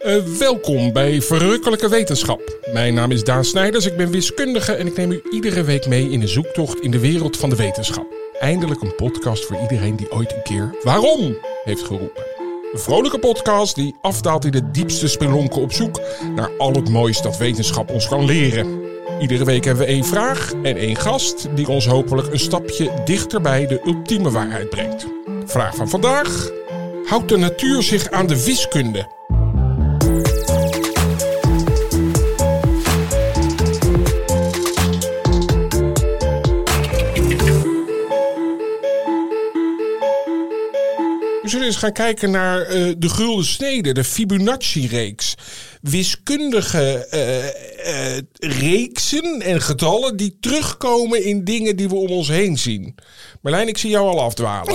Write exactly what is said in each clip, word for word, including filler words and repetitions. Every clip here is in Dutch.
Uh, welkom bij Verrukkelijke Wetenschap. Mijn naam is Daan Snijders, ik ben wiskundige en ik neem u iedere week mee in een zoektocht in de wereld van de wetenschap. Eindelijk een podcast voor iedereen die ooit een keer waarom heeft geroepen. Een vrolijke podcast die afdaalt in de diepste spelonken op zoek naar al het moois dat wetenschap ons kan leren. Iedere week hebben we één vraag en één gast die ons hopelijk een stapje dichter bij de ultieme waarheid brengt. Vraag van vandaag: houdt de natuur zich aan de wiskunde? We zullen eens gaan kijken naar uh, de gulden snede, de Fibonacci-reeks. Wiskundige uh, uh, reeksen en getallen die terugkomen in dingen die we om ons heen zien. Marlijn, ik zie jou al afdwalen.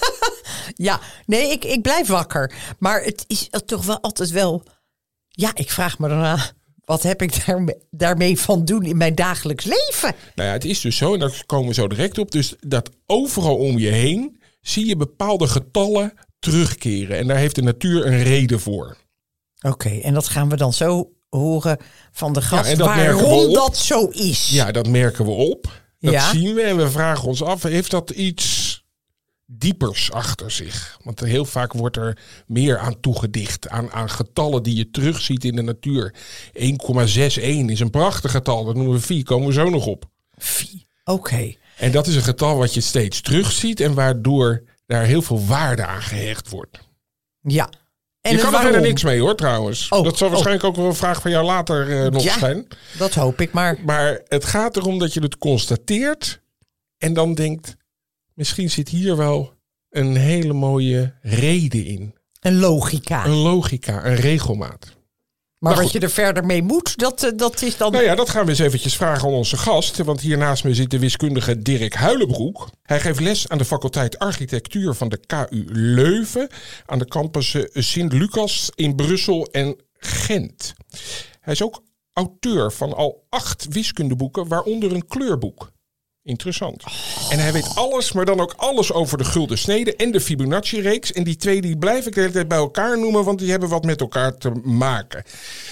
Ja, nee, ik, ik blijf wakker. Maar het is toch wel altijd wel... Ja, ik vraag me dan af, wat heb ik daarmee, daarmee van doen in mijn dagelijks leven? Nou ja, het is dus zo, en daar komen we zo direct op, dus dat overal om je heen zie je bepaalde getallen terugkeren. En daar heeft de natuur een reden voor. Oké, okay, en dat gaan we dan zo horen van de gast, ja, en dat waarom dat zo is. Ja, dat merken we op. Dat ja. zien we en we vragen ons af, heeft dat iets diepers achter zich? Want heel vaak wordt er meer aan toegedicht. Aan, aan getallen die je terugziet in de natuur. één komma zestig is een prachtig getal. Dat noemen we vier, komen we zo nog op. vier, oké. Okay. En dat is een getal wat je steeds terugziet en waardoor daar heel veel waarde aan gehecht wordt. Ja. En je kan waarom? er verder niks mee hoor trouwens. Oh, dat zal waarschijnlijk oh. ook wel een vraag van jou later uh, nog ja, zijn. Dat hoop ik maar. Maar het gaat erom dat je het constateert en dan denkt, misschien zit hier wel een hele mooie reden in. Een logica. Een logica, een regelmaat. Maar nou, wat goed. je er verder mee moet, dat, dat is dan... Nou ja, dat gaan we eens eventjes vragen aan onze gast. Want hier naast me zit de wiskundige Dirk Huilenbroek. Hij geeft les aan de faculteit Architectuur van de K U Leuven. Aan de campussen Sint-Lucas in Brussel en Gent. Hij is ook auteur van al acht wiskundeboeken, waaronder een kleurboek. Interessant. Oh. En hij weet alles, maar dan ook alles over de gulden snede en de Fibonacci-reeks. En die twee die blijf ik de hele tijd bij elkaar noemen, want die hebben wat met elkaar te maken.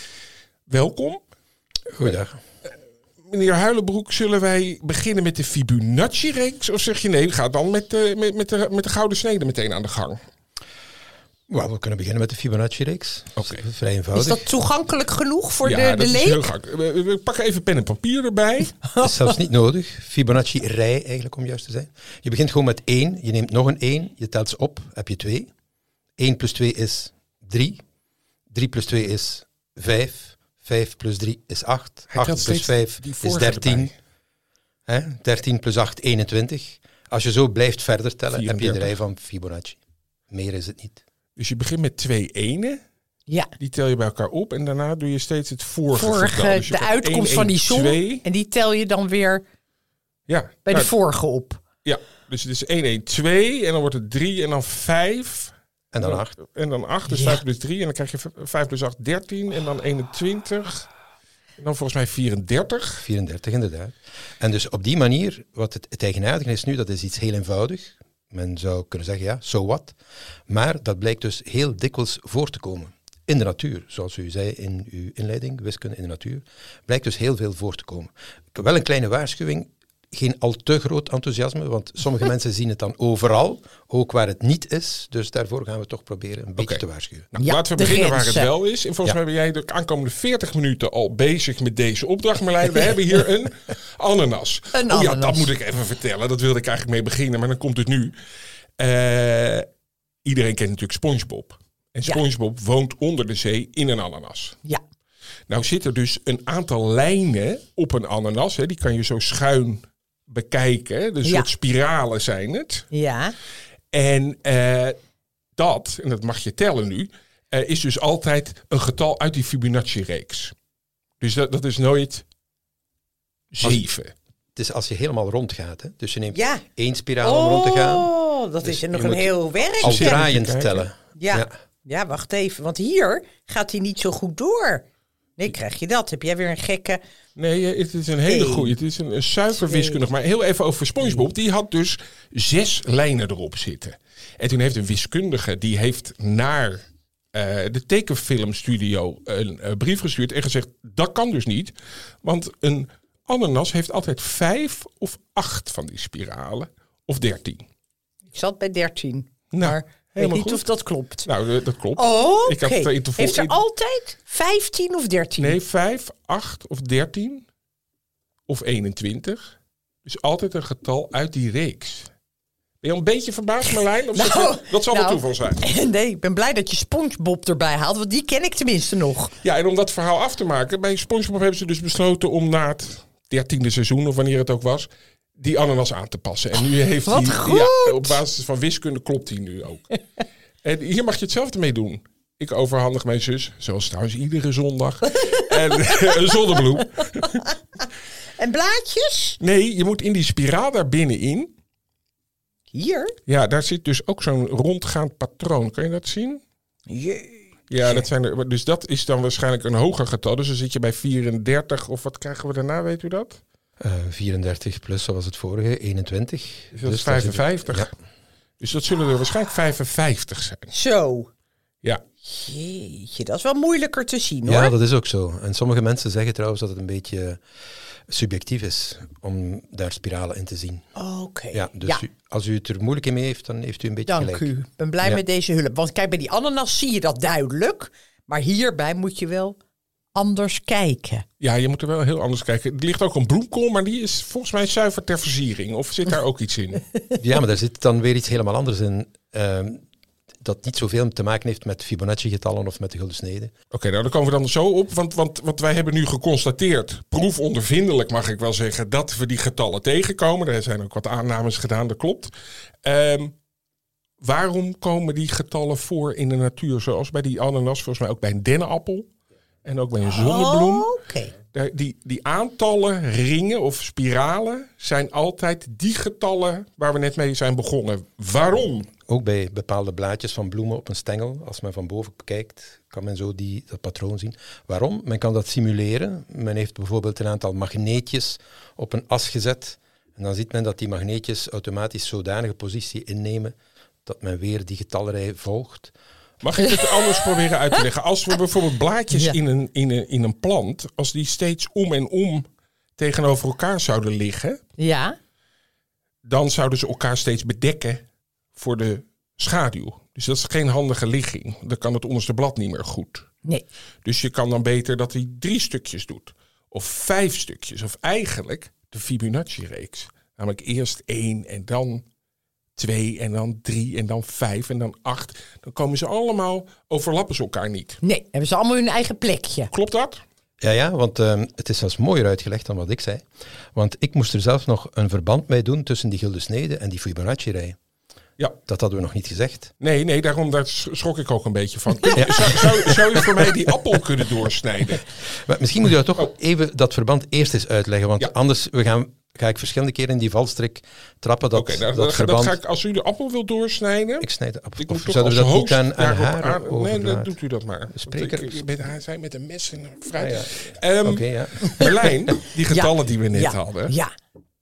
Welkom. Goeiedag. Uh, meneer Huilenbroek, zullen wij beginnen met de Fibonacci-reeks? Of zeg je nee, ga dan met de, met, met, de, met de gouden snede meteen aan de gang? Well, we kunnen beginnen met de Fibonacci-reeks. Oké. Okay. Vrij eenvoudig. Is dat toegankelijk genoeg voor ja, de, de dat leek? Is heel gek. We, we pakken even pen en papier erbij. Dat is zelfs niet nodig. Fibonacci-rij eigenlijk, om juist te zijn. Je begint gewoon met één. Je neemt nog een één. Je telt ze op. Heb je twee. één plus twee is drie. drie plus twee is vijf. vijf plus drie is acht. acht plus vijf is dertien. Hè? dertien plus acht, eenentwintig. Als je zo blijft verder tellen, vierendertig. Heb je de rij van Fibonacci. Meer is het niet. Dus je begint met twee enen. Ja. Die tel je bij elkaar op en daarna doe je steeds het vorige, vorige getal. Dus de uitkomst één, van die som. twee. En die tel je dan weer ja, bij nou, de vorige op. Ja, dus het is één, één, twee en dan wordt het drie en dan vijf. En dan acht. En dan acht, dus ja. vijf plus drie. En dan krijg je vijf plus acht, dertien. En dan eenentwintig. En dan volgens mij vierendertig. vierendertig, inderdaad. En dus op die manier, wat het, het eigenaardige is nu, dat is iets heel eenvoudig. Men zou kunnen zeggen, ja, so what. Maar dat blijkt dus heel dikwijls voor te komen. In de natuur, zoals u zei in uw inleiding, wiskunde in de natuur, blijkt dus heel veel voor te komen. Wel een kleine waarschuwing, geen al te groot enthousiasme, want sommige mensen zien het dan overal, ook waar het niet is. Dus daarvoor gaan we toch proberen een beetje okay. te waarschuwen. Nou, ja, laten we beginnen waar het wel is. En volgens ja. mij ben jij de aankomende veertig minuten al bezig met deze opdracht, Marlijn. We hebben hier een ananas. Een oh ananas. ja, dat moet ik even vertellen. Dat wilde ik eigenlijk mee beginnen, maar dan komt het nu. Uh, iedereen kent natuurlijk SpongeBob. En SpongeBob ja. woont onder de zee in een ananas. Ja. Nou zit er dus een aantal lijnen op een ananas. Hè, die kan je zo schuin bekijken. Dus ja. soort spiralen zijn het. Ja. En uh, dat, en dat mag je tellen nu, uh, is dus altijd een getal uit die Fibonacci-reeks. Dus dat, dat is nooit zeven. Als, het is als je helemaal rond gaat. Hè? Dus je neemt ja. één spiraal om rond te gaan. Oh, dat dus is nog een heel werk. Als draaiend tellen. Ja. Ja. ja, wacht even. Want hier gaat hij niet zo goed door. Nee, krijg je dat. Heb jij weer een gekke... Nee, het is een hele goeie. Het is een, een zuiver wiskundig. Maar heel even over SpongeBob. Die had dus zes lijnen erop zitten. En toen heeft een wiskundige, die heeft naar uh, de tekenfilmstudio een uh, brief gestuurd en gezegd, dat kan dus niet. Want een ananas heeft altijd vijf of acht van die spiralen. Of dertien. Ik zat bij dertien. Nou, maar ik weet niet goed. of dat klopt. Nou, dat klopt. Oh, oké. Ik had het in te Heeft ze in... altijd vijftien of dertien? Nee, vijf, acht of dertien. Of eenentwintig. Dus altijd een getal uit die reeks. Ben je al een beetje verbaasd, Marlijn? Of nou, dat, dat zal nou, wel toeval zijn. Nee, ik ben blij dat je SpongeBob erbij haalt. Want die ken ik tenminste nog. Ja, en om dat verhaal af te maken. Bij SpongeBob hebben ze dus besloten om na het dertiende seizoen, of wanneer het ook was, die ananas aan te passen. En nu heeft Wat hij, goed! Ja, op basis van wiskunde klopt hij nu ook. En hier mag je hetzelfde mee doen. Ik overhandig mijn zus, zoals trouwens iedere zondag, en een zonnebloem. En blaadjes? Nee, je moet in die spiraal daar binnenin. Hier? Ja, daar zit dus ook zo'n rondgaand patroon. Kan je dat zien? Jee. Ja, dat zijn er, dus dat is dan waarschijnlijk een hoger getal. Dus dan zit je bij vierendertig, of wat krijgen we daarna, weet u dat? Uh, vierendertig plus, zoals het vorige, eenentwintig. Dus dat dus is vijfenvijftig. Ja. Dus dat zullen er waarschijnlijk vijfenvijftig zijn. Zo. Ja. Jeetje, dat is wel moeilijker te zien, hoor. Ja, dat is ook zo. En sommige mensen zeggen trouwens dat het een beetje subjectief is om daar spiralen in te zien. Oké. Okay. Ja, dus ja. U, als u het er moeilijk in mee heeft, dan heeft u een beetje Dank gelijk. u. Ik ben blij Ja. met deze hulp. Want kijk, bij die ananas zie je dat duidelijk. Maar hierbij moet je wel anders kijken. Ja, je moet er wel heel anders kijken. Er ligt ook een bloemkool, maar die is volgens mij zuiver ter versiering. Of zit daar ook iets in? Ja, maar daar zit dan weer iets helemaal anders in. Um, dat niet zoveel te maken heeft met Fibonacci-getallen of met de gulden snede. Oké, okay, nou dan komen we dan zo op. Want, want, want wij hebben nu geconstateerd, proefondervindelijk mag ik wel zeggen, dat we die getallen tegenkomen. Er zijn ook wat aannames gedaan, dat klopt. Um, waarom komen die getallen voor in de natuur? Zoals bij die ananas, volgens mij ook bij een dennenappel. En ook bij een zonnebloem. Oh, okay. Die, die aantallen ringen of spiralen zijn altijd die getallen waar we net mee zijn begonnen. Waarom? Ook bij bepaalde blaadjes van bloemen op een stengel, als men van boven bekijkt, kan men zo die, dat patroon zien. Waarom? Men kan dat simuleren. Men heeft bijvoorbeeld een aantal magneetjes op een as gezet. En dan ziet men dat die magneetjes automatisch zodanige positie innemen dat men weer die getallenrij volgt. Mag ik het anders proberen uit te leggen? Als we bijvoorbeeld blaadjes Ja. in, een, in, een, in een plant, als die steeds om en om tegenover elkaar zouden liggen, Ja. dan zouden ze elkaar steeds bedekken voor de schaduw. Dus dat is geen handige ligging. Dan kan het onderste blad niet meer goed. Nee. Dus je kan dan beter dat hij drie stukjes doet. Of vijf stukjes. Of eigenlijk de Fibonacci-reeks. Namelijk eerst één en dan twee en dan drie en dan vijf en dan acht. Dan komen ze allemaal, overlappen ze elkaar niet. Nee, hebben ze allemaal hun eigen plekje. Klopt dat? Ja, ja, want um, het is zelfs mooier uitgelegd dan wat ik zei. Want ik moest er zelfs nog een verband mee doen tussen die gulden snede en die Fibonacci-rij. Ja. Dat hadden we nog niet gezegd. Nee, nee, daarom daar schrok ik ook een beetje van. Ja. Zou, zou, zou je voor mij die appel kunnen doorsnijden? Maar misschien moet je dat toch oh. even dat verband eerst eens uitleggen. Want ja. anders we gaan, ga ik verschillende keren in die valstrik trappen. Dat, Oké, nou, dat dat, verband... dat ga ik, als u de appel wil doorsnijden. Ik snijd de appel. Ik Of moet zouden we dat host niet aan, aan haar aan, Nee, overlaten? dat doet u dat maar. Spreker. Ik, met, hij zei met een mes en een fruit. Ah, ja. um, Oké, okay, ja. Merlijn, die getallen ja. die we net ja. hadden. Ja.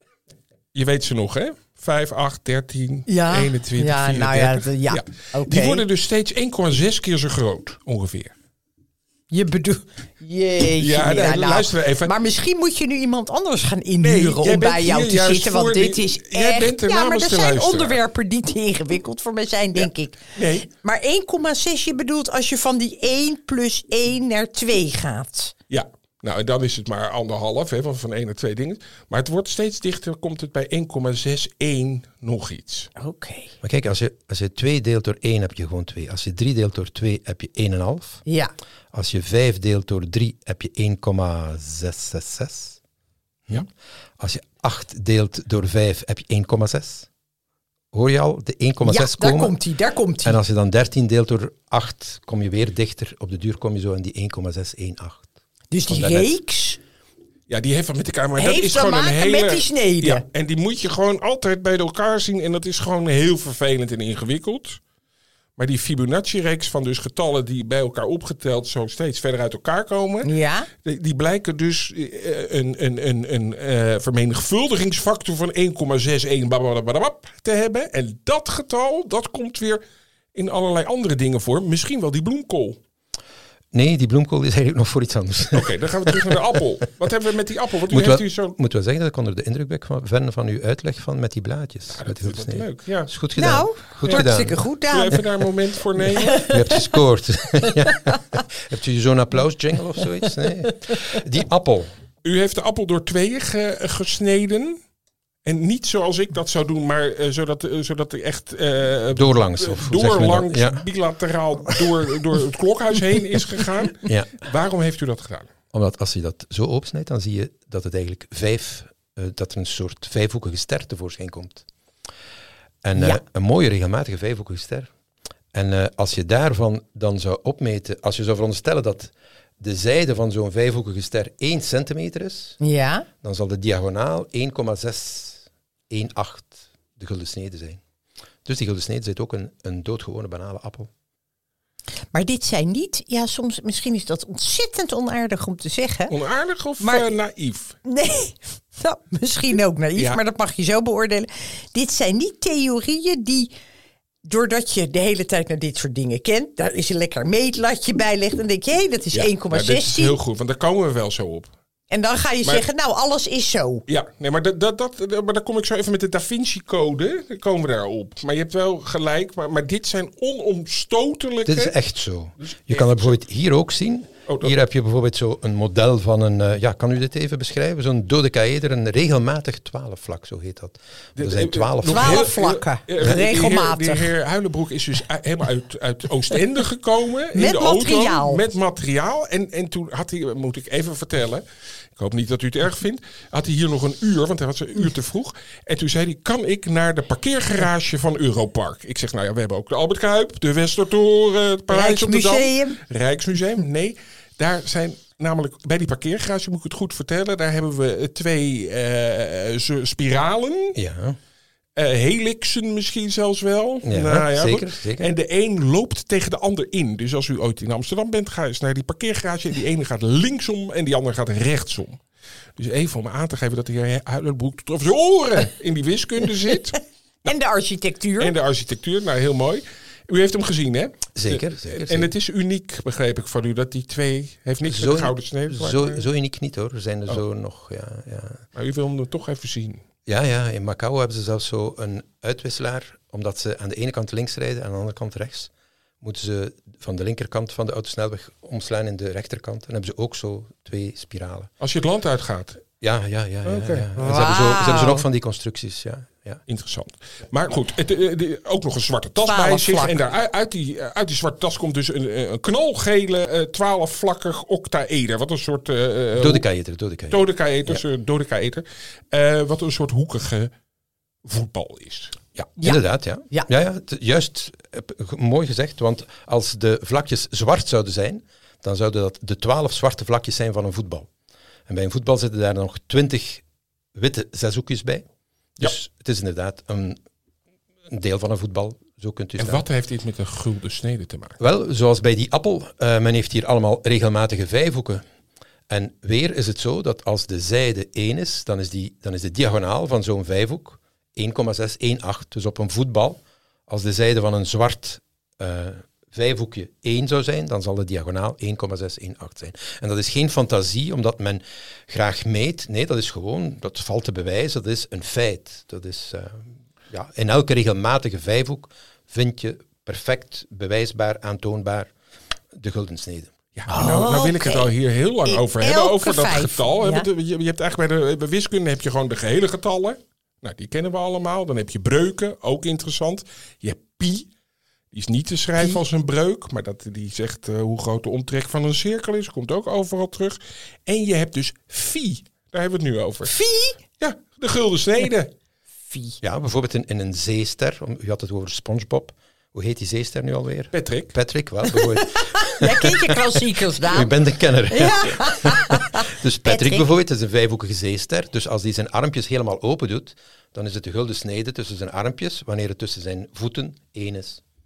Je weet ze nog, hè? vijf, acht, dertien, Ja. eenentwintig, Ja, vierendertig. nou ja, ja. ja. Okay. Die worden dus steeds één komma zes keer zo groot, ongeveer. Je bedoelt... Jeetje. Ja, ja, nou, luister even. Maar misschien moet je nu iemand anders gaan inhuren nee, om bij jou te zitten. Want dit die, is jij echt... Bent er ja, maar er zijn luisteraar. onderwerpen die te ingewikkeld voor mij zijn, denk ja. ik. Nee. Maar één komma zes, je bedoelt als je van die één plus één naar twee gaat. Ja. Nou, en dan is het maar anderhalf, hè, van, van één naar twee dingen. Maar het wordt steeds dichter, komt het bij één komma zestig nog iets. Oké. Okay. Maar kijk, als je, als je twee deelt door één, heb je gewoon twee. Als je drie deelt door twee, heb je één komma vijf. Ja. Als je vijf deelt door drie, heb je één komma zeshonderdzesenzestig. Ja. Als je acht deelt door vijf, heb je één komma zes. Hoor je al de één komma zes ja, komen? daar komt hij, daar komt hij. En als je dan dertien deelt door acht, kom je weer dichter. Op de duur kom je zo in die één komma zeshonderdachttien. Dus die reeks... Ja, die heeft wat met elkaar, maar heeft dat is te gewoon een maken hele... met die snede. Ja, en die moet je gewoon altijd bij elkaar zien. En dat is gewoon heel vervelend en ingewikkeld. Maar die Fibonacci-reeks van dus getallen die bij elkaar opgeteld zo steeds verder uit elkaar komen. Ja. Die, die blijken dus uh, een, een, een, een uh, vermenigvuldigingsfactor van één komma zestig te hebben. En dat getal, dat komt weer in allerlei andere dingen voor. Misschien wel die bloemkool. Nee, die bloemkool is eigenlijk nog voor iets anders. Oké, okay, dan gaan we terug naar de appel. Wat hebben we met die appel? Want u moet, heeft wel, u zo... moet wel zeggen dat ik onder de indruk ben van, van, van uw uitleg van met die blaadjes. Ja, met dat is leuk, ja. Is goed gedaan. Nou, goed hartstikke gedaan. goed Wil gedaan. je even daar een moment voor nemen? Je hebt gescoord. Ja. Hebt u zo'n applaus-jingle of zoiets? Nee. Die appel. U heeft de appel door tweeën ge- gesneden. En niet zoals ik dat zou doen, maar uh, zodat, uh, zodat hij echt... Uh, Doorlangs. Of hoe zeg je dat? Doorlangs, Ja. bilateraal door, door het klokhuis heen is gegaan. Ja. Waarom heeft u dat gedaan? Omdat als je dat zo opsnijdt, dan zie je dat het eigenlijk vijf, uh, dat er een soort vijfhoekige ster tevoorschijn komt. En uh, Ja. een mooie regelmatige vijfhoekige ster. En uh, als je daarvan dan zou opmeten, als je zou veronderstellen dat de zijde van zo'n vijfhoekige ster één centimeter is, Ja. dan zal de diagonaal één komma zes één acht de gulden snede zijn. Dus die gulden snede zit ook een, een doodgewone banale appel. Maar dit zijn niet... Ja, soms... Misschien is dat ontzettend onaardig om te zeggen. Onaardig of Maar- uh, naïef? Nee, nou, misschien ook naïef, Ja. maar dat mag je zo beoordelen. Dit zijn niet theorieën die, doordat je de hele tijd naar dit soort dingen kent, daar is een lekker meetlatje bij legt, dan denk je, hé, hey, dat is Ja, één komma nou, dit is zestien. heel goed, want daar komen we wel zo op. En dan ga je Maar- zeggen, nou, alles is zo. Ja, nee, maar, dat, dat, dat, maar dan kom ik zo even met de Da Vinci-code. Dan komen we daarop. Maar je hebt wel gelijk, maar, maar dit zijn onomstotelijke... Dit is echt zo. Je echt kan het bijvoorbeeld hier ook zien. Oh, dat- Hier heb je bijvoorbeeld zo een model van een, uh, ja, kan u dit even beschrijven? Zo'n dodecaëder, een regelmatig twaalfvlak, zo heet dat. Er zijn twaalf Nog Twaalf heel- vlakken, heel- heel- regelmatig. De heer, de heer Huilenbroek is dus u- helemaal uit, uit Oostende gekomen. in Met de auto, materiaal. met materiaal. En, en toen had hij, moet ik even vertellen... Ik hoop niet dat u het erg vindt. Had hij hier nog een uur, want hij was een uur te vroeg. En toen zei hij, kan ik naar de parkeergarage van Europark? Ik zeg, nou ja, we hebben ook de Albert Kuip, de Westertoren, het Paleis op de Dam. Rijksmuseum. Rijksmuseum, nee. Daar zijn namelijk, bij die parkeergarage moet ik het goed vertellen, daar hebben we twee eh, zo- spiralen. Ja, Uh, helixen misschien zelfs wel. Ja, Nou zeker, goed. zeker. En de een loopt tegen de ander in. Dus als u ooit in Amsterdam bent, ga eens naar die parkeergarage. En die ene gaat linksom en die andere gaat rechtsom. Dus even om aan te geven dat de heer Huilenbroek tot over zijn oren in die wiskunde zit. En de architectuur. En de architectuur, nou heel mooi. U heeft hem gezien, hè? zeker. Uh, zeker, En zeker. het is uniek, begreep ik van u, dat die twee... heeft niks met Zo, de gouden snede te maken, zo, maar- zo uniek niet hoor. Er zijn er zo nog, ja, ja. Maar u wil hem toch even zien. Ja, ja, in Macau hebben ze zelfs zo een uitwisselaar, omdat ze aan de ene kant links rijden en aan de andere kant rechts, moeten ze van de linkerkant van de autosnelweg omslaan in de rechterkant. En hebben ze ook zo twee spiralen. Als je het land uitgaat. Ja, ja, ja. ja, Oké. ja. En Ze, hebben zo, ze hebben zo Wauw. nog van die constructies, ja. ja. Interessant. Maar goed, het, eh, de- ook nog een zwarte tas bij Twaalf zich. vlakken. En daar, uit- uit, die, uit die zwarte tas komt dus een, een knalgele eh, twaalfvlakkig octaeder. Wat een soort... eh eh, Dodecaëter, dodecaëter. Dodecaëter. Ja. Dodecaëter. Eh, wat een soort hoekige voetbal is. Ja, Ja. inderdaad, ja. Ja. ja, ja het- juist eh, g- mooi gezegd, want als de vlakjes zwart zouden zijn, dan zouden dat de twaalf zwarte vlakjes zijn van een voetbal. En bij een voetbal zitten daar nog twintig witte zeshoekjes bij. Dus het is inderdaad een, een deel van een voetbal, zo kunt u En stellen. wat heeft dit met een gulden snede te maken? Wel, zoals bij die appel, uh, men heeft hier allemaal regelmatige vijfhoeken. En weer is het zo dat als de zijde één is, dan is, die, dan is de diagonaal van zo'n vijfhoek één komma zes één acht. Dus op een voetbal, als de zijde van een zwart uh, vijfhoekje één zou zijn, dan zal de diagonaal één komma zes één acht zijn. En dat is geen fantasie, omdat men graag meet. Nee, dat is gewoon, dat valt te bewijzen, dat is een feit. Dat is, uh, ja, in elke regelmatige vijfhoek vind je perfect bewijsbaar, aantoonbaar de gulden snede. Ja, nou, nou wil ik het Oké. al hier heel lang In over hebben, elke over dat vijf, getal. ja. Je, je hebt eigenlijk bij de bij wiskunde heb je gewoon de gehele getallen. Nou, die kennen we allemaal. Dan heb je breuken, ook interessant. Je hebt pi, die is niet te schrijven als een breuk, maar dat, die zegt uh, hoe groot de omtrek van een cirkel is. Komt ook overal terug. En je hebt dus phi, daar hebben we het nu over. Phi? Ja, de gulden snede. Phi. Ja, bijvoorbeeld in, in een zeester, om- u had het over SpongeBob. Hoe heet die zeester nu alweer? Patrick. Patrick, wel. Bijvoorbeeld. Jij kent je klassiekers, U Daan. bent een kenner. Ja. Dus Patrick, Patrick. bijvoorbeeld is een vijfhoekige zeester. Dus als hij zijn armpjes helemaal open doet, dan is het de gulden snede tussen zijn armpjes, wanneer het tussen zijn voeten één is.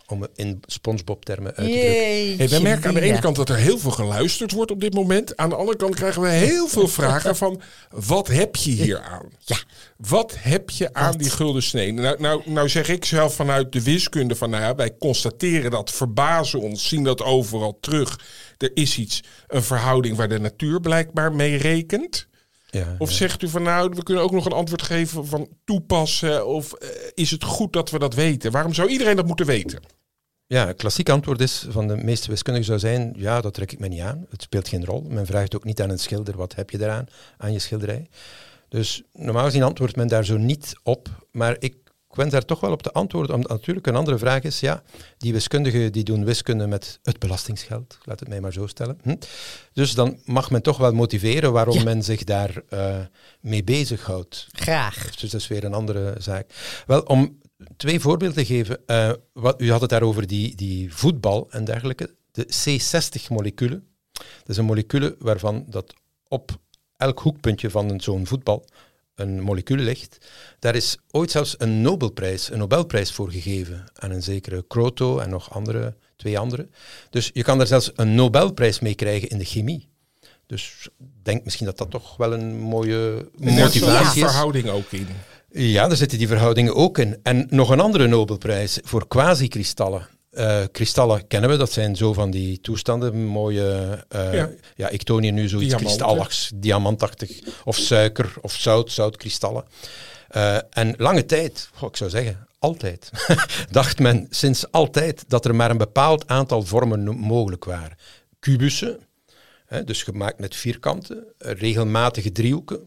om het in SpongeBob-termen uit te drukken. Jeetje, Hey, wij merken aan de Mina. ene kant dat er heel veel geluisterd wordt op dit moment. Aan de andere kant krijgen we heel veel vragen van... wat heb je hier aan? Ja. Wat heb je aan Wat? die gulden snee? Nou, nou, nou zeg ik zelf vanuit de wiskunde van... nou ja, wij constateren dat, verbazen ons, zien dat overal terug. Er is iets, een verhouding waar de natuur blijkbaar mee rekent. Ja, Of ja. zegt u van nou, we kunnen ook nog een antwoord geven van toepassen... of uh, is het goed dat we dat weten? Waarom zou iedereen dat moeten weten? Ja, het klassiek antwoord is van de meeste wiskundigen zou zijn, ja, dat trek ik me niet aan. Het speelt geen rol. Men vraagt ook niet aan een schilder, wat heb je eraan, aan je schilderij. Dus normaal gezien antwoordt men daar zo niet op. Maar ik wens daar toch wel op te antwoorden, omdat natuurlijk een andere vraag is, ja, die wiskundigen die doen wiskunde met het belastingsgeld, laat het mij maar zo stellen. Hm? Dus dan mag men toch wel motiveren waarom Ja. men zich daar uh, mee bezighoudt. Graag. Dus dat is weer een andere zaak. Wel, om twee voorbeelden te geven. Uh, wat, u had het daar over die, die voetbal en dergelijke. De C zestig moleculen. Dat is een molecule waarvan dat op elk hoekpuntje van een, zo'n voetbal een molecuul ligt. Daar is ooit zelfs een Nobelprijs, een Nobelprijs voor gegeven aan een zekere Kroto en nog andere, twee andere. Dus je kan daar zelfs een Nobelprijs mee krijgen in de chemie. Dus ik denk misschien dat dat toch wel een mooie En daar zit motivatie een is. verhouding ook in. Ja, daar zitten die verhoudingen ook in. En nog een andere Nobelprijs voor quasi-kristallen. Uh, kristallen kennen we, dat zijn zo van die toestanden, mooie, uh, ja. ja, ik toon hier nu zoiets Diamanten. kristalligs, diamantachtig, of suiker, of zout, zoutkristallen. Uh, en lange tijd, goh, ik zou zeggen, altijd, dacht men sinds altijd dat er maar een bepaald aantal vormen no- mogelijk waren. Kubussen, hè, dus gemaakt met vierkanten, uh, regelmatige driehoeken.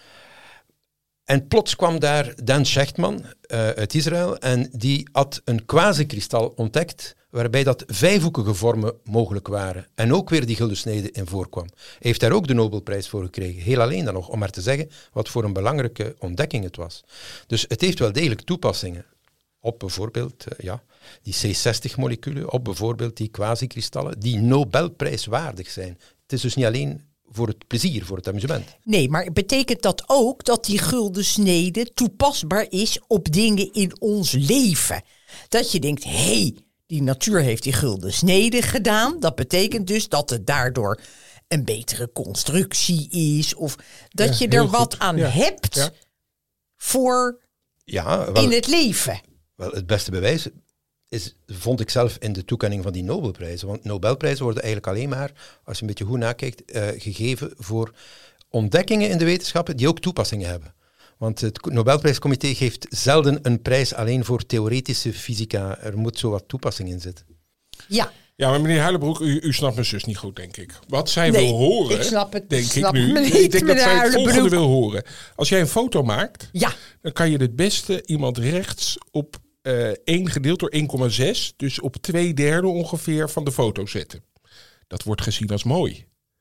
En plots kwam daar Dan Shechtman uh, uit Israël en die had een quasi-kristal ontdekt waarbij dat vijfhoekige vormen mogelijk waren. En ook weer die guldensnede in voorkwam. Hij heeft daar ook de Nobelprijs voor gekregen. Heel alleen dan nog, om maar te zeggen wat voor een belangrijke ontdekking het was. Dus het heeft wel degelijk toepassingen. Op bijvoorbeeld uh, ja, die C zestig moleculen, op bijvoorbeeld die quasi-kristallen, die Nobelprijswaardig zijn. Het is dus niet alleen voor het plezier, voor het amusement. Nee, maar betekent dat ook dat die gulden snede toepasbaar is op dingen in ons leven? Dat je denkt, hé, hey, die natuur heeft die gulden snede gedaan. Dat betekent dus dat het daardoor een betere constructie is. Of dat Ja, je er heel wat goed. aan Ja. hebt Ja. voor Ja, wel, in het leven. wel, het beste bewijs is, vond ik zelf in de toekenning van die Nobelprijzen. Want Nobelprijzen worden eigenlijk alleen maar, als je een beetje goed nakijkt, uh, gegeven voor ontdekkingen in de wetenschappen die ook toepassingen hebben. Want het Nobelprijscomité geeft zelden een prijs alleen voor theoretische fysica. Er moet zo wat toepassing in zitten. Ja. Ja, maar meneer Huilenbroek, u, u snapt mijn zus niet goed, denk ik. Wat zij Nee, wil horen, ik snap het, denk snap ik nu. me niet, ik denk dat meneer zij het volgende Huilenbroek. wil horen. Als jij een foto maakt, Ja. dan kan je het beste iemand rechts op uh, één gedeeld door één komma zes, dus op twee derde ongeveer van de foto zetten. Dat wordt gezien als mooi.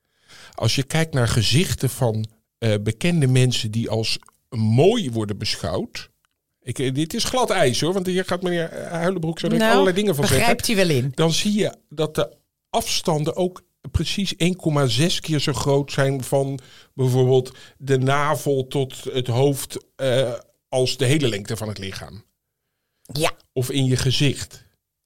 Als je kijkt naar gezichten van uh, bekende mensen die als mooi worden beschouwd. Ik, dit is glad ijs hoor, want hier gaat meneer Huilenbroek zo Nou, allerlei dingen van zeggen. begrijpt hij wel in. Dan zie je dat de afstanden ook precies één komma zes keer zo groot zijn van bijvoorbeeld de navel tot het hoofd uh, als de hele lengte van het lichaam. Ja. Of in je gezicht.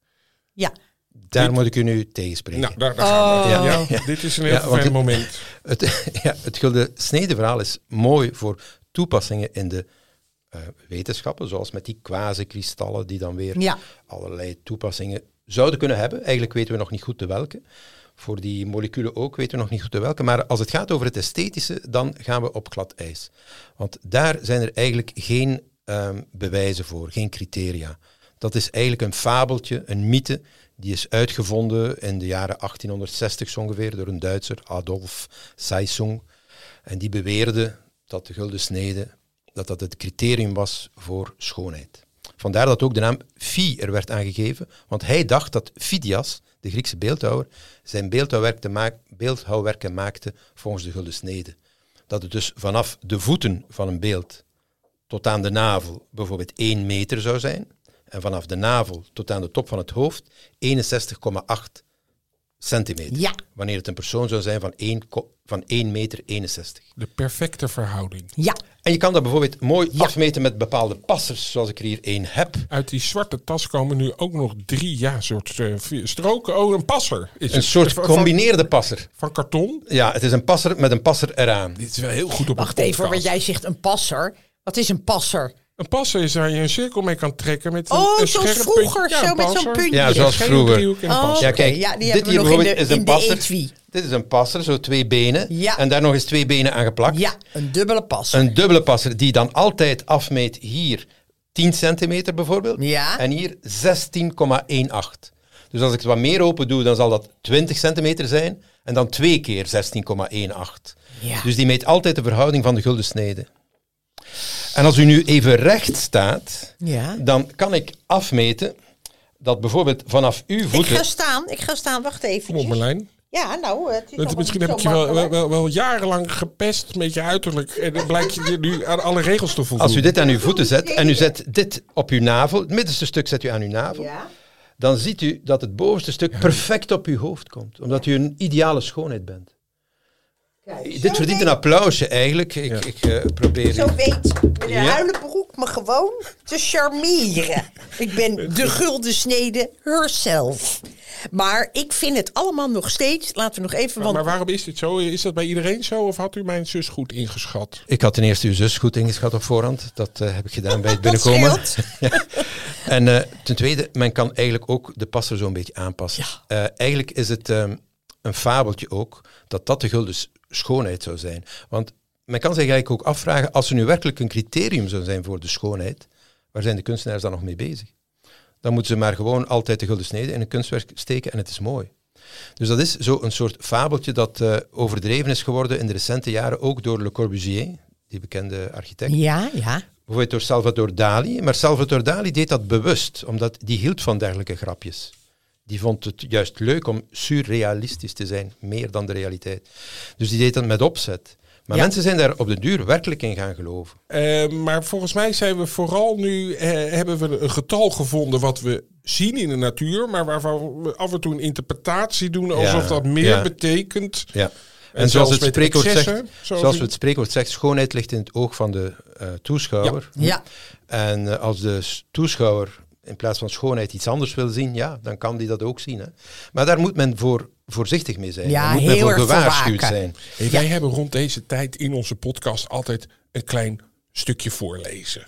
Ja. Daar Dit- moet ik u nu tegenspreken. Nou, daar, daar gaan we. Oh. Ja, ja, dit is een heel Ja, want vervelend het- moment. Het, ja, het gulden snede verhaal is mooi voor toepassingen in de uh, wetenschappen, zoals met die quasi-kristallen die dan weer Ja. allerlei toepassingen zouden kunnen hebben. Eigenlijk weten we nog niet goed de welke. Voor die moleculen ook weten we nog niet goed de welke. Maar als het gaat over het esthetische, dan gaan we op glad ijs. Want daar zijn er eigenlijk geen um, bewijzen voor, geen criteria. Dat is eigenlijk een fabeltje, een mythe, die is uitgevonden in de jaren achttienhonderdzestig zo ongeveer door een Duitser, Adolf Seissung. En die beweerde dat de gulden snede, dat dat het criterium was voor schoonheid. Vandaar dat ook de naam Phi er werd aangegeven, want hij dacht dat Phidias, de Griekse beeldhouwer, zijn beeldhouwwerken, maak, beeldhouwwerken maakte volgens de gulden snede. Dat het dus vanaf de voeten van een beeld tot aan de navel bijvoorbeeld één meter zou zijn, en vanaf de navel tot aan de top van het hoofd eenenzestig komma acht centimeter. Ja. Wanneer het een persoon zou zijn van één, van één meter eenenzestig. De perfecte verhouding. Ja. En je kan dat bijvoorbeeld mooi Ja. afmeten met bepaalde passers, zoals ik er hier één heb. Uit die zwarte tas komen nu ook nog drie ja, soort uh, vier stroken. Oh, een passer. Is Een het. soort van, gecombineerde passer. Van, van karton. Ja, het is een passer met een passer eraan. Dit is wel heel goed op Wacht een even, podcast. want jij zegt een passer. Wat is een passer? Een passer is waar je een cirkel mee kan trekken met een, Oh, een zoals scherp vroeger, puntje. Ja, zo een met zo'n passer. puntje. Ja, zoals Geen vroeger. driehoek en een Oh, passer. Ja, oké. kijk, Ja, die dit hebben we hier nog in bijvoorbeeld de- is een in de passer. etui. Dit is een passer, zo twee benen. Ja. En daar nog eens twee benen aan geplakt. Ja, een dubbele passer. Een dubbele passer die dan altijd afmeet hier tien centimeter bijvoorbeeld. Ja. En hier zestien komma achttien. Dus als ik het wat meer open doe, dan zal dat twintig centimeter zijn. En dan twee keer zestien komma achttien. Ja. Dus die meet altijd de verhouding van de gulden snede. En als u nu even recht staat, Ja. dan kan ik afmeten dat bijvoorbeeld vanaf uw Ik voeten... ga staan, ik ga staan, wacht even. Kom op Marlijn. Ja, nou, het is Dat, allemaal misschien niet heb ik zo je wel, wel, makkelijk. wel, wel jarenlang gepest met je uiterlijk. En dan blijkt je nu aan alle regels te voldoen. Als u dit aan uw voeten zet en u zet dit op uw navel, het middenste stuk zet u aan uw navel, Ja. dan ziet u dat het bovenste stuk perfect op uw hoofd komt. Omdat u een ideale schoonheid bent. Kijk, Dit zo verdient weet- een applausje eigenlijk. Ik, Ja. ik eh, probeer... Zo weet meneer Ja. Huilenbroek me gewoon te charmeren. Ik ben de gulden snede herself. Maar ik vind het allemaal nog steeds... Laten we nog even... Maar, Want maar waarom is dit zo? Is dat bij iedereen zo? Of had u mijn zus goed ingeschat? Ik had ten eerste uw zus goed ingeschat op voorhand. Dat eh, heb ik gedaan bij het dat binnenkomen. scheelt. En eh, ten tweede, men kan eigenlijk ook de passer zo'n beetje aanpassen. Eh, eigenlijk is het ehm, een fabeltje ook dat dat de gulden s- schoonheid zou zijn. Want men kan zich eigenlijk ook afvragen, als er nu werkelijk een criterium zou zijn voor de schoonheid, waar zijn de kunstenaars dan nog mee bezig? Dan moeten ze maar gewoon altijd de gulden snede in een kunstwerk steken en het is mooi. Dus dat is zo een soort fabeltje dat eh, overdreven is geworden in de recente jaren, ook door Le Corbusier, die bekende architect. Ja, ja. Bijvoorbeeld door Salvador Dali. Maar Salvador Dali deed dat bewust, omdat die hield van dergelijke grapjes. Die vond het juist leuk om surrealistisch te zijn, meer dan de realiteit. Dus die deed dat met opzet. Maar Ja. mensen zijn daar op de duur werkelijk in gaan geloven. Uh, maar volgens mij zijn we vooral nu, uh, hebben we een getal gevonden wat we zien in de natuur, maar waarvan we af en toe een interpretatie doen alsof Ja, dat meer ja. betekent. Ja. En En, zoals, zelfs het met spreekwoord excessen, zegt, zoals zoals u- het spreekwoord zegt, schoonheid ligt in het oog van de uh, toeschouwer. Ja. En uh, als de s- toeschouwer in plaats van schoonheid iets anders wil zien, ja, dan kan die dat ook zien. Hè. Maar daar moet men voor voorzichtig mee zijn. Ja, daar moet men heel voor erg voor gewaarschuwd waken. zijn. Hey, wij hebben rond deze tijd in onze podcast altijd een klein stukje voorlezen.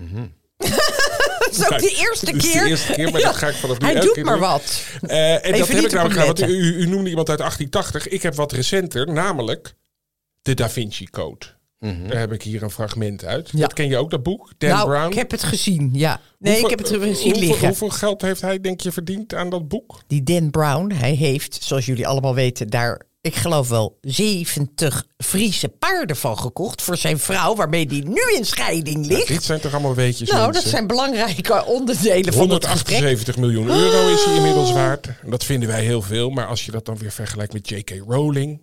Dat is ook Kijk, de eerste dit is de keer. eerste keer, maar dat ga ik vanaf nu Hij elke doet keer maar doen. wat. Uh, en dat niet heb ik op namelijk hem gedaan, want letten. u, u noemde iemand uit achttien tachtig. Ik heb wat recenter, namelijk de Da Vinci Code. Mhm. Daar heb ik hier een fragment uit. Ja. Dat ken je ook, dat boek? Dan Nou, Brown. ik heb het gezien, ja. Nee, Hoeveel- ik heb het gezien hoeveel, liggen. Hoeveel geld heeft hij, denk je, verdiend aan dat boek? Die Dan Brown, hij heeft, zoals jullie allemaal weten, daar, ik geloof wel, zeventig Friese paarden van gekocht voor zijn vrouw, waarmee die nu in scheiding ligt. Dit zijn toch allemaal weetjes, Nou, dat mensen? zijn belangrijke onderdelen van het gesprek. honderdachtenzeventig miljoen euro is hij inmiddels waard. En dat vinden wij heel veel. Maar als je dat dan weer vergelijkt met J K Rowling,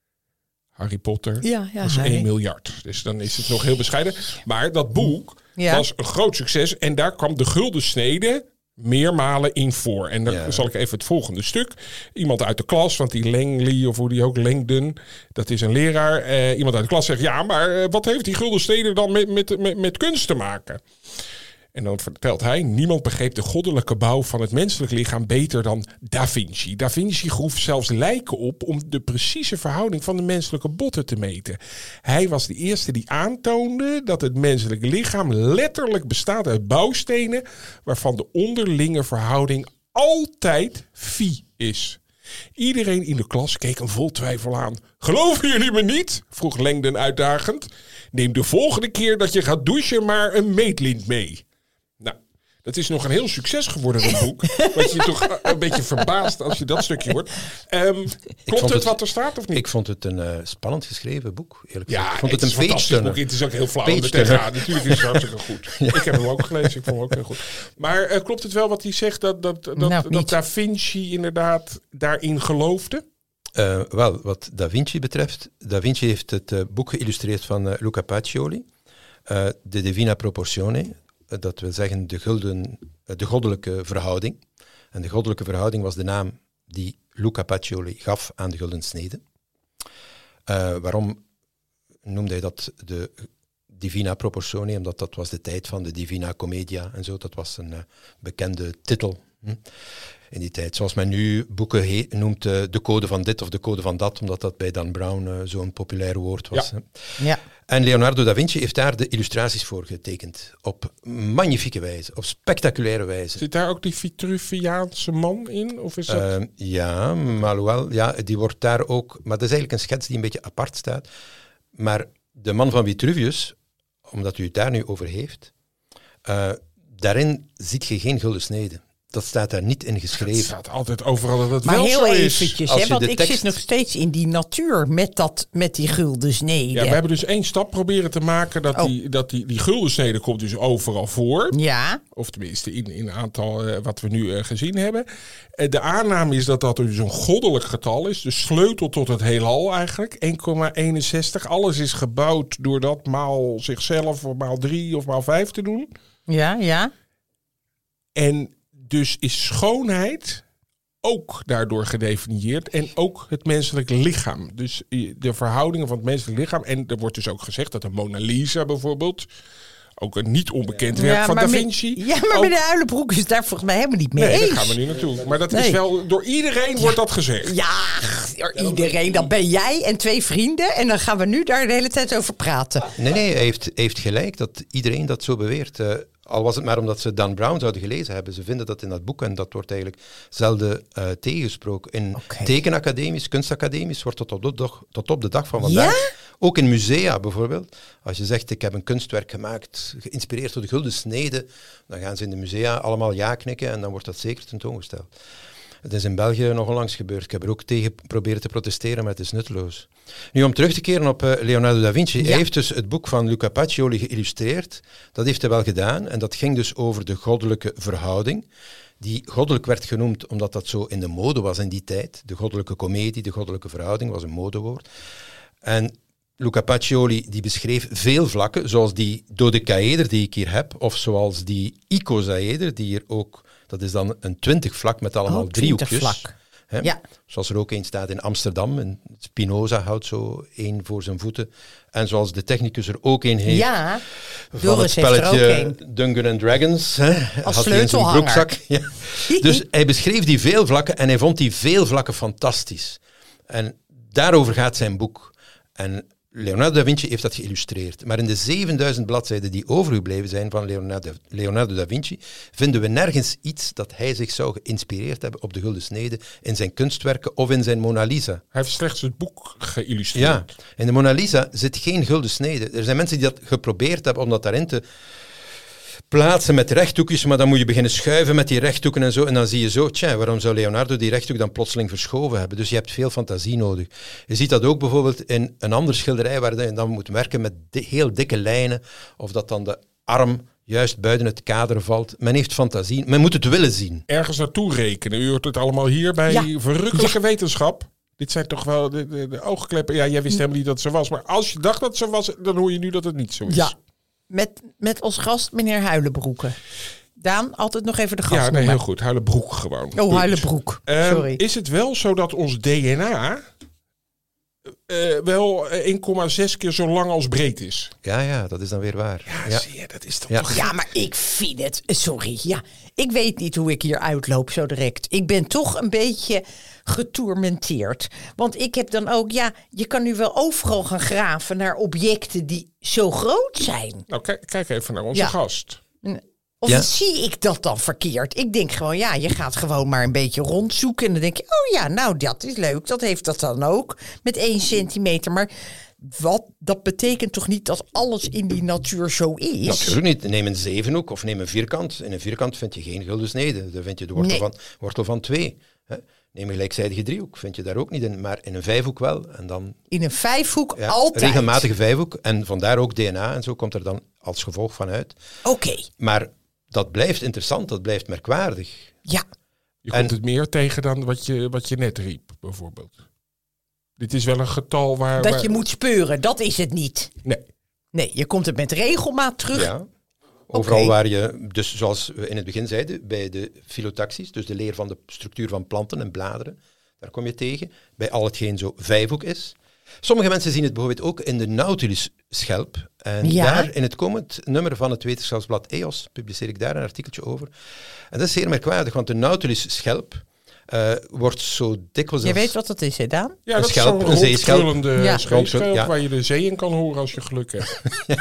Harry Potter, Ja, ja, dat is Harry. één miljard. Dus dan is het nog heel bescheiden. Maar dat boek Ja. was een groot succes. En daar kwam de gulden snede meermalen in voor. En dan Ja. zal ik even het volgende stuk. Iemand uit de klas, want die Langley, of hoe die ook, Langdon, dat is een leraar. Eh, iemand uit de klas zegt, ja, maar eh, wat heeft die gulden snede dan met, met, met, met kunst te maken? En dan vertelt hij, niemand begreep de goddelijke bouw van het menselijk lichaam beter dan Da Vinci. Da Vinci groef zelfs lijken op om de precieze verhouding van de menselijke botten te meten. Hij was de eerste die aantoonde dat het menselijke lichaam letterlijk bestaat uit bouwstenen, waarvan de onderlinge verhouding altijd phi is. Iedereen in de klas keek hem vol twijfel aan. Geloven jullie me niet? Vroeg Langdon uitdagend. Neem de volgende keer dat je gaat douchen maar een meetlint mee. Nou, dat is nog een heel succes geworden, dat boek. Wat je toch een beetje verbaast als je dat stukje hoort. Um, klopt het, het- wat er staat of niet? Ik vond het een uh, spannend geschreven boek, eerlijk gezegd. Ja, Ik vond het, is een fantastisch page-turner. boek. Het is ook heel flauw om er Page-turner. tegenaan. Natuurlijk is het hartstikke goed. Ik heb hem ook gelezen. Ik vond hem ook heel goed. Maar uh, klopt het wel wat hij zegt dat, dat, dat, Nou, dat niet. Da Vinci inderdaad daarin geloofde? Uh, wel, wat Da Vinci betreft, Da Vinci heeft het uh, boek geïllustreerd van uh, Luca Pacioli, uh, De Divina Proportione, uh, dat wil zeggen de, gulden, uh, de goddelijke verhouding. En de goddelijke verhouding was de naam die Luca Pacioli gaf aan de Gulden Snede. Uh, waarom noemde hij dat de Divina Proportione? Omdat dat was de tijd van de Divina Commedia en zo. Dat was een uh, bekende titel hm? in die tijd. Zoals men nu boeken he- noemt uh, de code van dit of de code van dat, omdat dat bij Dan Brown uh, zo'n populair woord was. Ja. Ja. En Leonardo da Vinci heeft daar de illustraties voor getekend. Op magnifieke wijze, op spectaculaire wijze. Zit daar ook die Vitruviaanse man in? Of is dat... Uh, ja, Manuel, ja, die wordt daar ook... Maar dat is eigenlijk een schets die een beetje apart staat. Maar de man van Vitruvius, omdat u het daar nu over heeft, uh, daarin ziet je geen gulden snede. Dat staat daar niet in geschreven. Het staat altijd overal dat het maar wel heel zo is. eventjes, hè, want ik tekst... zit nog steeds in die natuur met, dat, met die gulden snede. Ja, we hebben dus één stap proberen te maken dat, oh. die, dat die, die gulden snede komt dus overal voor. Ja. Of tenminste in, in een aantal uh, wat we nu uh, gezien hebben. Uh, de aanname is dat dat dus een goddelijk getal is. De sleutel tot het heelal eigenlijk. één komma eenenzestig. Alles is gebouwd door dat maal zichzelf of maal drie of maal vijf te doen. Ja, ja. En dus is schoonheid ook daardoor gedefinieerd en ook het menselijk lichaam. Dus de verhoudingen van het menselijk lichaam. En er wordt dus ook gezegd dat de Mona Lisa bijvoorbeeld, ook een niet onbekend werk ja, van Da met, Vinci. Ja, maar ook, meneer Huilenbroek is daar volgens mij helemaal niet mee nee, eens. daar gaan we nu naartoe. Maar dat nee. is wel, door iedereen wordt dat gezegd. Ja, door iedereen. Dat ben jij en twee vrienden. En dan gaan we nu daar de hele tijd over praten. Nee, nee, hij heeft, heeft gelijk dat iedereen dat zo beweert. Uh, Al was het maar omdat ze Dan Brown zouden gelezen hebben. Ze vinden dat in dat boek en dat wordt eigenlijk zelden uh, tegengesproken. In okay. tekenacademies, kunstacademies wordt tot op, de dag, tot op de dag van vandaag. Ja? Ook in musea bijvoorbeeld. Als je zegt, ik heb een kunstwerk gemaakt, geïnspireerd door de gulden snede, dan gaan ze in de musea allemaal ja knikken en dan wordt dat zeker tentoongesteld. Het is in België nog onlangs gebeurd. Ik heb er ook tegen proberen te protesteren, maar het is nutteloos. Nu, om terug te keren op uh, Leonardo da Vinci. Ja. Hij heeft dus het boek van Luca Pacioli geïllustreerd. Dat heeft hij wel gedaan. En dat ging dus over de goddelijke verhouding. Die goddelijk werd genoemd omdat dat zo in de mode was in die tijd. De goddelijke komedie, de goddelijke verhouding was een modewoord. En Luca Pacioli die beschreef veel vlakken, zoals die dodecaeder die ik hier heb, of zoals die icosaeder die hier ook... Dat is dan een twintig vlak met allemaal oh, driehoekjes. Vlak. Hè? Ja. Zoals er ook een staat in Amsterdam. En Spinoza houdt zo één voor zijn voeten. En zoals de technicus er ook één heeft. Ja, van het spelletje Dungeons and Dragons. Hè? Als had hij in zijn broekzak. Ja. Dus hij beschreef die veel vlakken en hij vond die veel vlakken fantastisch. En daarover gaat zijn boek. En Leonardo da Vinci heeft dat geïllustreerd. Maar in de zevenduizend bladzijden die overgebleven zijn van Leonardo, Leonardo da Vinci, vinden we nergens iets dat hij zich zou geïnspireerd hebben op de gulden snede in zijn kunstwerken of in zijn Mona Lisa. Hij heeft slechts het boek geïllustreerd. Ja, in de Mona Lisa zit geen gulden snede. Er zijn mensen die dat geprobeerd hebben om dat daarin te plaatsen met rechthoekjes, maar dan moet je beginnen schuiven met die rechthoeken en zo. En dan zie je zo, tja, waarom zou Leonardo die rechthoek dan plotseling verschoven hebben? Dus je hebt veel fantasie nodig. Je ziet dat ook bijvoorbeeld in een ander schilderij waar je dan moet werken met di- heel dikke lijnen, of dat dan de arm juist buiten het kader valt. Men heeft fantasie, men moet het willen zien. Ergens naartoe rekenen. U hoort het allemaal hier bij ja. verrukkelijke ja. wetenschap. Dit zijn toch wel de, de, de oogkleppen. Ja, jij wist helemaal niet dat het zo was. Maar als je dacht dat het zo was, dan hoor je nu dat het niet zo is. Ja. Met, met als gast meneer Huilenbroeken. Daan, altijd nog even de gast. Ja, nee, heel goed. Huilenbroek gewoon. Oh, Huilenbroek. Sorry. Um, is het wel zo dat ons D N A uh, wel één komma zes keer zo lang als breed is? Ja, ja, dat is dan weer waar. Ja, ja. zie je, dat is toch ja. toch... Ja, maar ik vind het... Sorry, ja. Ik weet niet hoe ik hier uitloop zo direct. Ik ben toch een beetje getourmenteerd. Want ik heb dan ook... Ja, je kan nu wel overal gaan graven naar objecten die zo groot zijn. Nou, kijk, kijk even naar onze ja. gast. Of ja. zie ik dat dan verkeerd? Ik denk gewoon, ja, je gaat gewoon maar een beetje rondzoeken. En dan denk je, oh ja, nou, dat is leuk. Dat heeft dat dan ook. Met één centimeter. Maar wat, dat betekent toch niet dat alles in die natuur zo is? Natuurlijk niet. Neem een zevenhoek of neem een vierkant. In een vierkant vind je geen gulden snede. Daar vind je de wortel, nee. van, wortel van twee. Hè? Neem een gelijkzijdige driehoek. Vind je daar ook niet in. Maar in een vijfhoek wel. En dan, in een vijfhoek ja, altijd. Regelmatige vijfhoek. En vandaar ook D N A en zo komt er dan als gevolg van uit. Oké. Okay. Maar dat blijft interessant. Dat blijft merkwaardig. Ja. Je komt en, het meer tegen dan wat je, wat je net riep, bijvoorbeeld. Dit is wel een getal waar... Dat waar... je moet speuren, dat is het niet. Nee. Nee, je komt het met regelmaat terug. Ja. Overal okay. waar je, dus zoals we in het begin zeiden, bij de filotaxis, dus de leer van de structuur van planten en bladeren, Daar kom je tegen, bij al hetgeen zo vijfhoek is. Sommige mensen zien het bijvoorbeeld ook in de Nautilus-schelp. En Ja. daar, in het komend nummer van het wetenschapsblad E O S, publiceer ik daar een artikeltje over. En dat is zeer merkwaardig, want de Nautilus-schelp uh, wordt zo dikwijls... Je als- weet wat dat is, hè Daan? Ja, Een dat schelp, is een zo'n zeeschelp. rondkrullende Ja. scheepschelp Ja. waar je de zee in kan horen als je geluk hebt.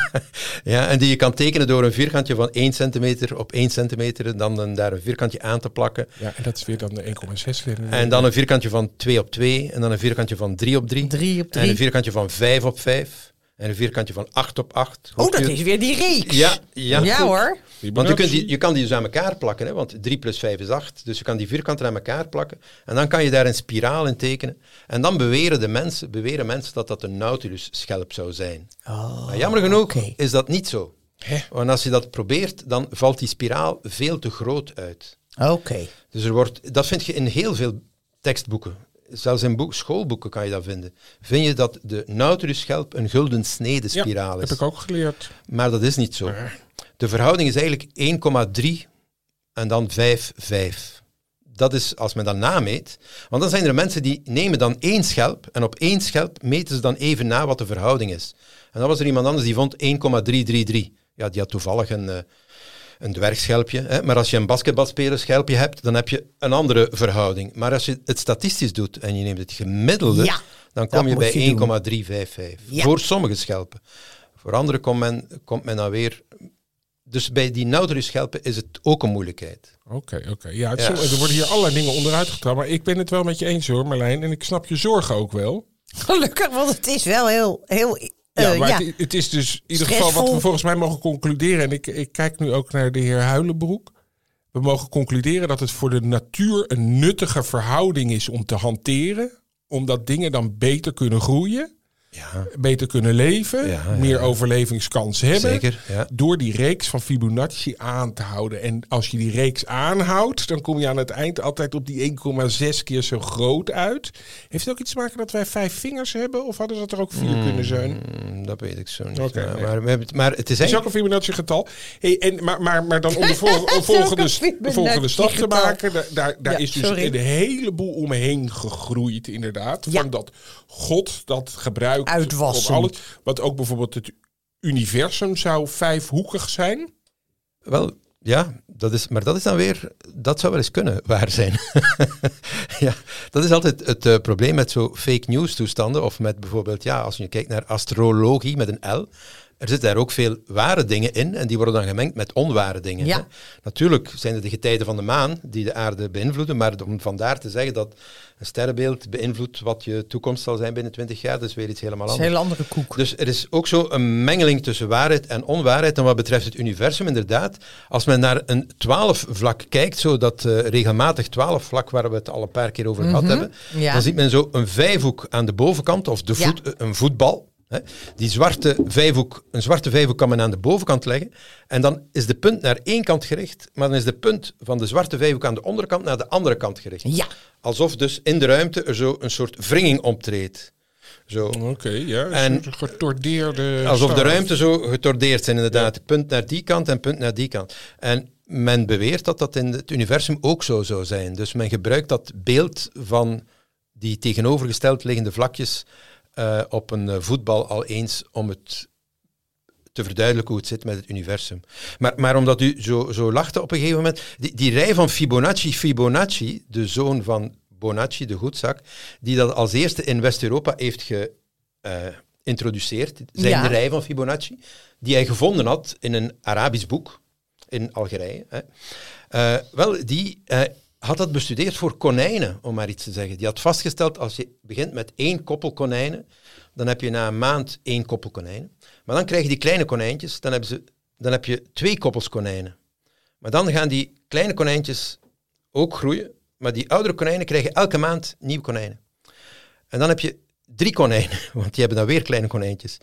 Ja, en die je kan tekenen door een vierkantje van één centimeter op één centimeter en dan een, daar een vierkantje aan te plakken. Ja, en dat is weer dan de één komma zes. En dan een vierkantje van twee op twee en dan een vierkantje van drie op drie. Drie op En een drie. vierkantje van vijf op vijf. En een vierkantje van acht op acht. Oh, dat is weer die reeks. Ja, ja. Ja goed. hoor. Want je, kunt die, je kan die dus aan elkaar plakken, hè, want drie plus vijf is acht. Dus je kan die vierkanten aan elkaar plakken. En dan kan je daar een spiraal in tekenen. En dan beweren de mensen, beweren mensen dat dat een Nautilus-schelp zou zijn. Oh, Maar jammer genoeg oké. is dat niet zo. Hè? Want als je dat probeert, dan valt die spiraal veel te groot uit. Oké. Dus er wordt, dat vind je in heel veel tekstboeken. Zelfs in boek, schoolboeken kan je dat vinden. Vind je dat de Nautilus-schelp een gulden snede Ja, spiraal is. heb ik ook geleerd. Maar dat is niet zo. Maar- De verhouding is eigenlijk één komma drie en dan vijf, vijf. Dat is als men dat nameet. Want dan zijn er mensen die nemen dan één schelp en op één schelp meten ze dan even na wat de verhouding is. En dan was er iemand anders die vond één komma driehonderddraaiendertig. Ja, die had toevallig een, uh, een dwergschelpje. Hè? Maar als je een basketbalspelerschelpje hebt, dan heb je een andere verhouding. Maar als je het statistisch doet en je neemt het gemiddelde, Ja, dan kom je moet bij je doen. één komma driehonderdvijfenvijftig. Ja. Voor sommige schelpen. Voor andere komt men, komt men dan weer... Dus bij die Nautilus-schelpen is het ook een moeilijkheid. Oké, oké. Ja, het is Ja. zo- er worden hier allerlei dingen onderuit getrapt. Maar ik ben het wel met je eens hoor, Marlijn. En ik snap je zorgen ook wel. Gelukkig, want het is wel heel... heel uh, Ja, ja, maar Het, het is dus in ieder geval wat Stressvol. we volgens mij mogen concluderen. En ik, ik kijk nu ook naar de heer Huilenbroek. We mogen concluderen dat het voor de natuur een nuttige verhouding is om te hanteren. Omdat dingen dan beter kunnen groeien. Ja, Beter kunnen leven. Ja, ja, meer ja. overlevingskans hebben. zeker. Ja. Door die reeks van Fibonacci aan te houden. En als je die reeks aanhoudt, dan kom je aan het eind altijd op die één komma zes keer zo groot uit. Heeft het ook iets te maken dat wij vijf vingers hebben? Of hadden dat er ook vier kunnen zijn? Mm, dat weet ik zo niet. Oké, maar, nee. maar, we hebben het- maar het is Het is ook eigenlijk... een Fibonacci getal. Hey, en, maar, maar, maar dan om de, vol- ook volgende, een de volgende stap te Fibonacci-getal. maken. Daar, daar, daar Ja, is dus sorry. een heleboel omheen gegroeid inderdaad. Ja. Van dat God dat gebruikt Uitwassen. op alles. Want ook bijvoorbeeld het universum zou vijfhoekig zijn. Wel, ja, dat is, maar dat is dan weer... Dat zou wel eens kunnen waar zijn. Ja, dat is altijd het uh, probleem met zo fake news toestanden. Of met bijvoorbeeld, ja, als je kijkt naar astrologie met een L... Er zitten daar ook veel ware dingen in en die worden dan gemengd met onware dingen. Ja. Hè? Natuurlijk zijn het de getijden van de maan die de aarde beïnvloeden, maar om vandaar te zeggen dat een sterrenbeeld beïnvloedt wat je toekomst zal zijn binnen twintig jaar, dat is weer iets helemaal dat is een anders. hele andere koek. Dus er is ook zo een mengeling tussen waarheid en onwaarheid. En wat betreft het universum, inderdaad, als men naar een twaalf-vlak kijkt, zo dat uh, regelmatig twaalf-vlak, waar we het al een paar keer over gehad Mhm, hebben, ja. dan ziet men zo een vijfhoek aan de bovenkant, of de Ja. voet, uh, een voetbal. Hè. Die zwarte vijfhoek, een zwarte vijfhoek kan men aan de bovenkant leggen. En dan is de punt naar één kant gericht, maar dan is de punt van de zwarte vijfhoek aan de onderkant naar de andere kant gericht. Ja. Alsof dus in de ruimte er zo een soort wringing optreedt. Zo. Oké, ja. En- Een soort getordeerde... Alsof de staaf. ruimte zo getordeerd zijn, inderdaad. Punt naar die kant en punt naar die kant. En men beweert dat dat in het universum ook zo zou zijn. Dus men gebruikt dat beeld van die tegenovergesteld liggende vlakjes uh, op een uh, voetbal al eens om het te verduidelijken hoe het zit met het universum. Maar, maar omdat u zo, zo lachte op een gegeven moment, die, die rij van Fibonacci, Fibonacci, de zoon van Bonacci, de goedzak, die dat als eerste in West-Europa heeft geïntroduceerd, zijn Ja. de rij van Fibonacci, die hij gevonden had in een Arabisch boek in Algerije. Hè. Uh, wel, die uh, had dat bestudeerd voor konijnen, om maar iets te zeggen. Die had vastgesteld, als je begint met één koppel konijnen, dan heb je na een maand één koppel konijnen. Maar dan krijg je die kleine konijntjes, dan, hebben ze, dan heb je twee koppels konijnen. Maar dan gaan die kleine konijntjes ook groeien, maar die oudere konijnen krijgen elke maand nieuwe konijnen. En dan heb je drie konijnen, want die hebben dan weer kleine konijntjes.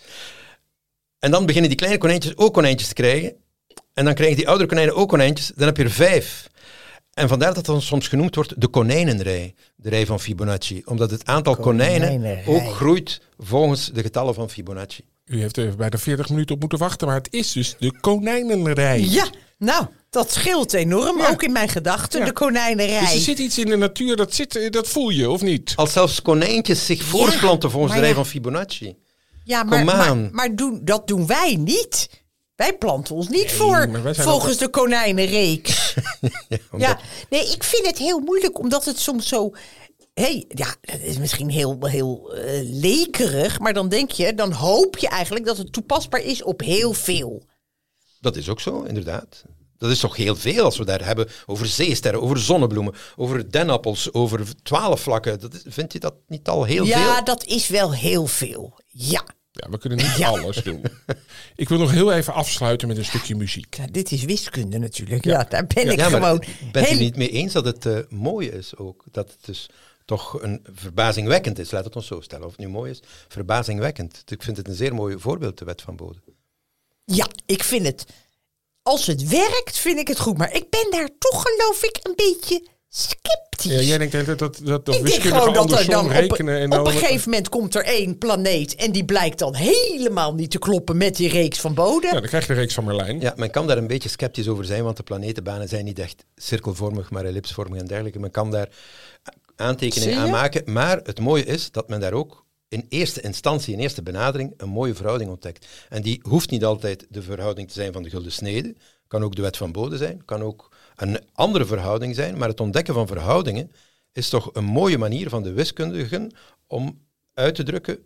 En dan beginnen die kleine konijntjes ook konijntjes te krijgen. En dan krijgen die oudere konijnen ook konijntjes. Dan heb je er vijf. En vandaar dat dat soms genoemd wordt de konijnenrij, de rij van Fibonacci. Omdat het aantal konijnen Konijnenrij. ook groeit volgens de getallen van Fibonacci. U heeft er bijna veertig minuten op moeten wachten, maar het is dus de konijnenrij. Ja, nou, dat scheelt enorm. Ja. Ook in mijn gedachten, Ja. de konijnenrij. Dus er zit iets in de natuur, dat, zit, dat voel je, of niet? Als zelfs konijntjes zich voortplanten volgens maar de rij ja. van Fibonacci. Ja, maar, Kom maar, aan. maar doen, dat doen wij niet. Wij planten ons niet Nee, voor maar wij zijn volgens ook- de konijnenreeks. Omdat- Ja, nee, ik vind het heel moeilijk, omdat het soms zo... Hey, ja, dat is misschien heel, heel eh, lekerig, maar dan denk je, dan hoop je eigenlijk dat het toepasbaar is op heel veel. Dat is ook zo, inderdaad. Dat is toch heel veel als we daar hebben over zeesterren, over zonnebloemen, over dennappels, over twaalf vlakken. Dat is, vind je dat niet al heel Ja, veel? dat is wel heel veel. Ja. Ja, we kunnen niet Ja. alles doen. Ik wil nog heel even afsluiten met een stukje muziek. Ja, dit is wiskunde natuurlijk. Ja, daar ben ik Ja, maar gewoon... bent u heel- niet mee eens dat het uh, mooi is ook? Dat het dus toch een verbazingwekkend is, laat het ons zo stellen. Of het nu mooi is, verbazingwekkend. Ik vind het een zeer mooi voorbeeld, de wet van Bode. Ja, ik vind het... Als het werkt, vind ik het goed. Maar ik ben daar toch, geloof ik, een beetje sceptisch. Ja, jij denkt dat, dat, dat, dat ik denk wiskundigen gewoon dat er andersom dan op, rekenen. En op dan, een gegeven moment komt er één planeet... en die blijkt dan helemaal niet te kloppen met die reeks van Bode. Ja, dan krijg je de reeks van Merlijn. Ja, men kan daar een beetje sceptisch over zijn, want de planetenbanen zijn niet echt cirkelvormig, maar ellipsvormig en dergelijke. Men kan daar aantekeningen Zie je? aan maken, maar het mooie is dat men daar ook in eerste instantie, in eerste benadering, een mooie verhouding ontdekt. En die hoeft niet altijd de verhouding te zijn van de gulden snede, kan ook de wet van Bode zijn, kan ook een andere verhouding zijn, maar het ontdekken van verhoudingen is toch een mooie manier van de wiskundigen om uit te drukken,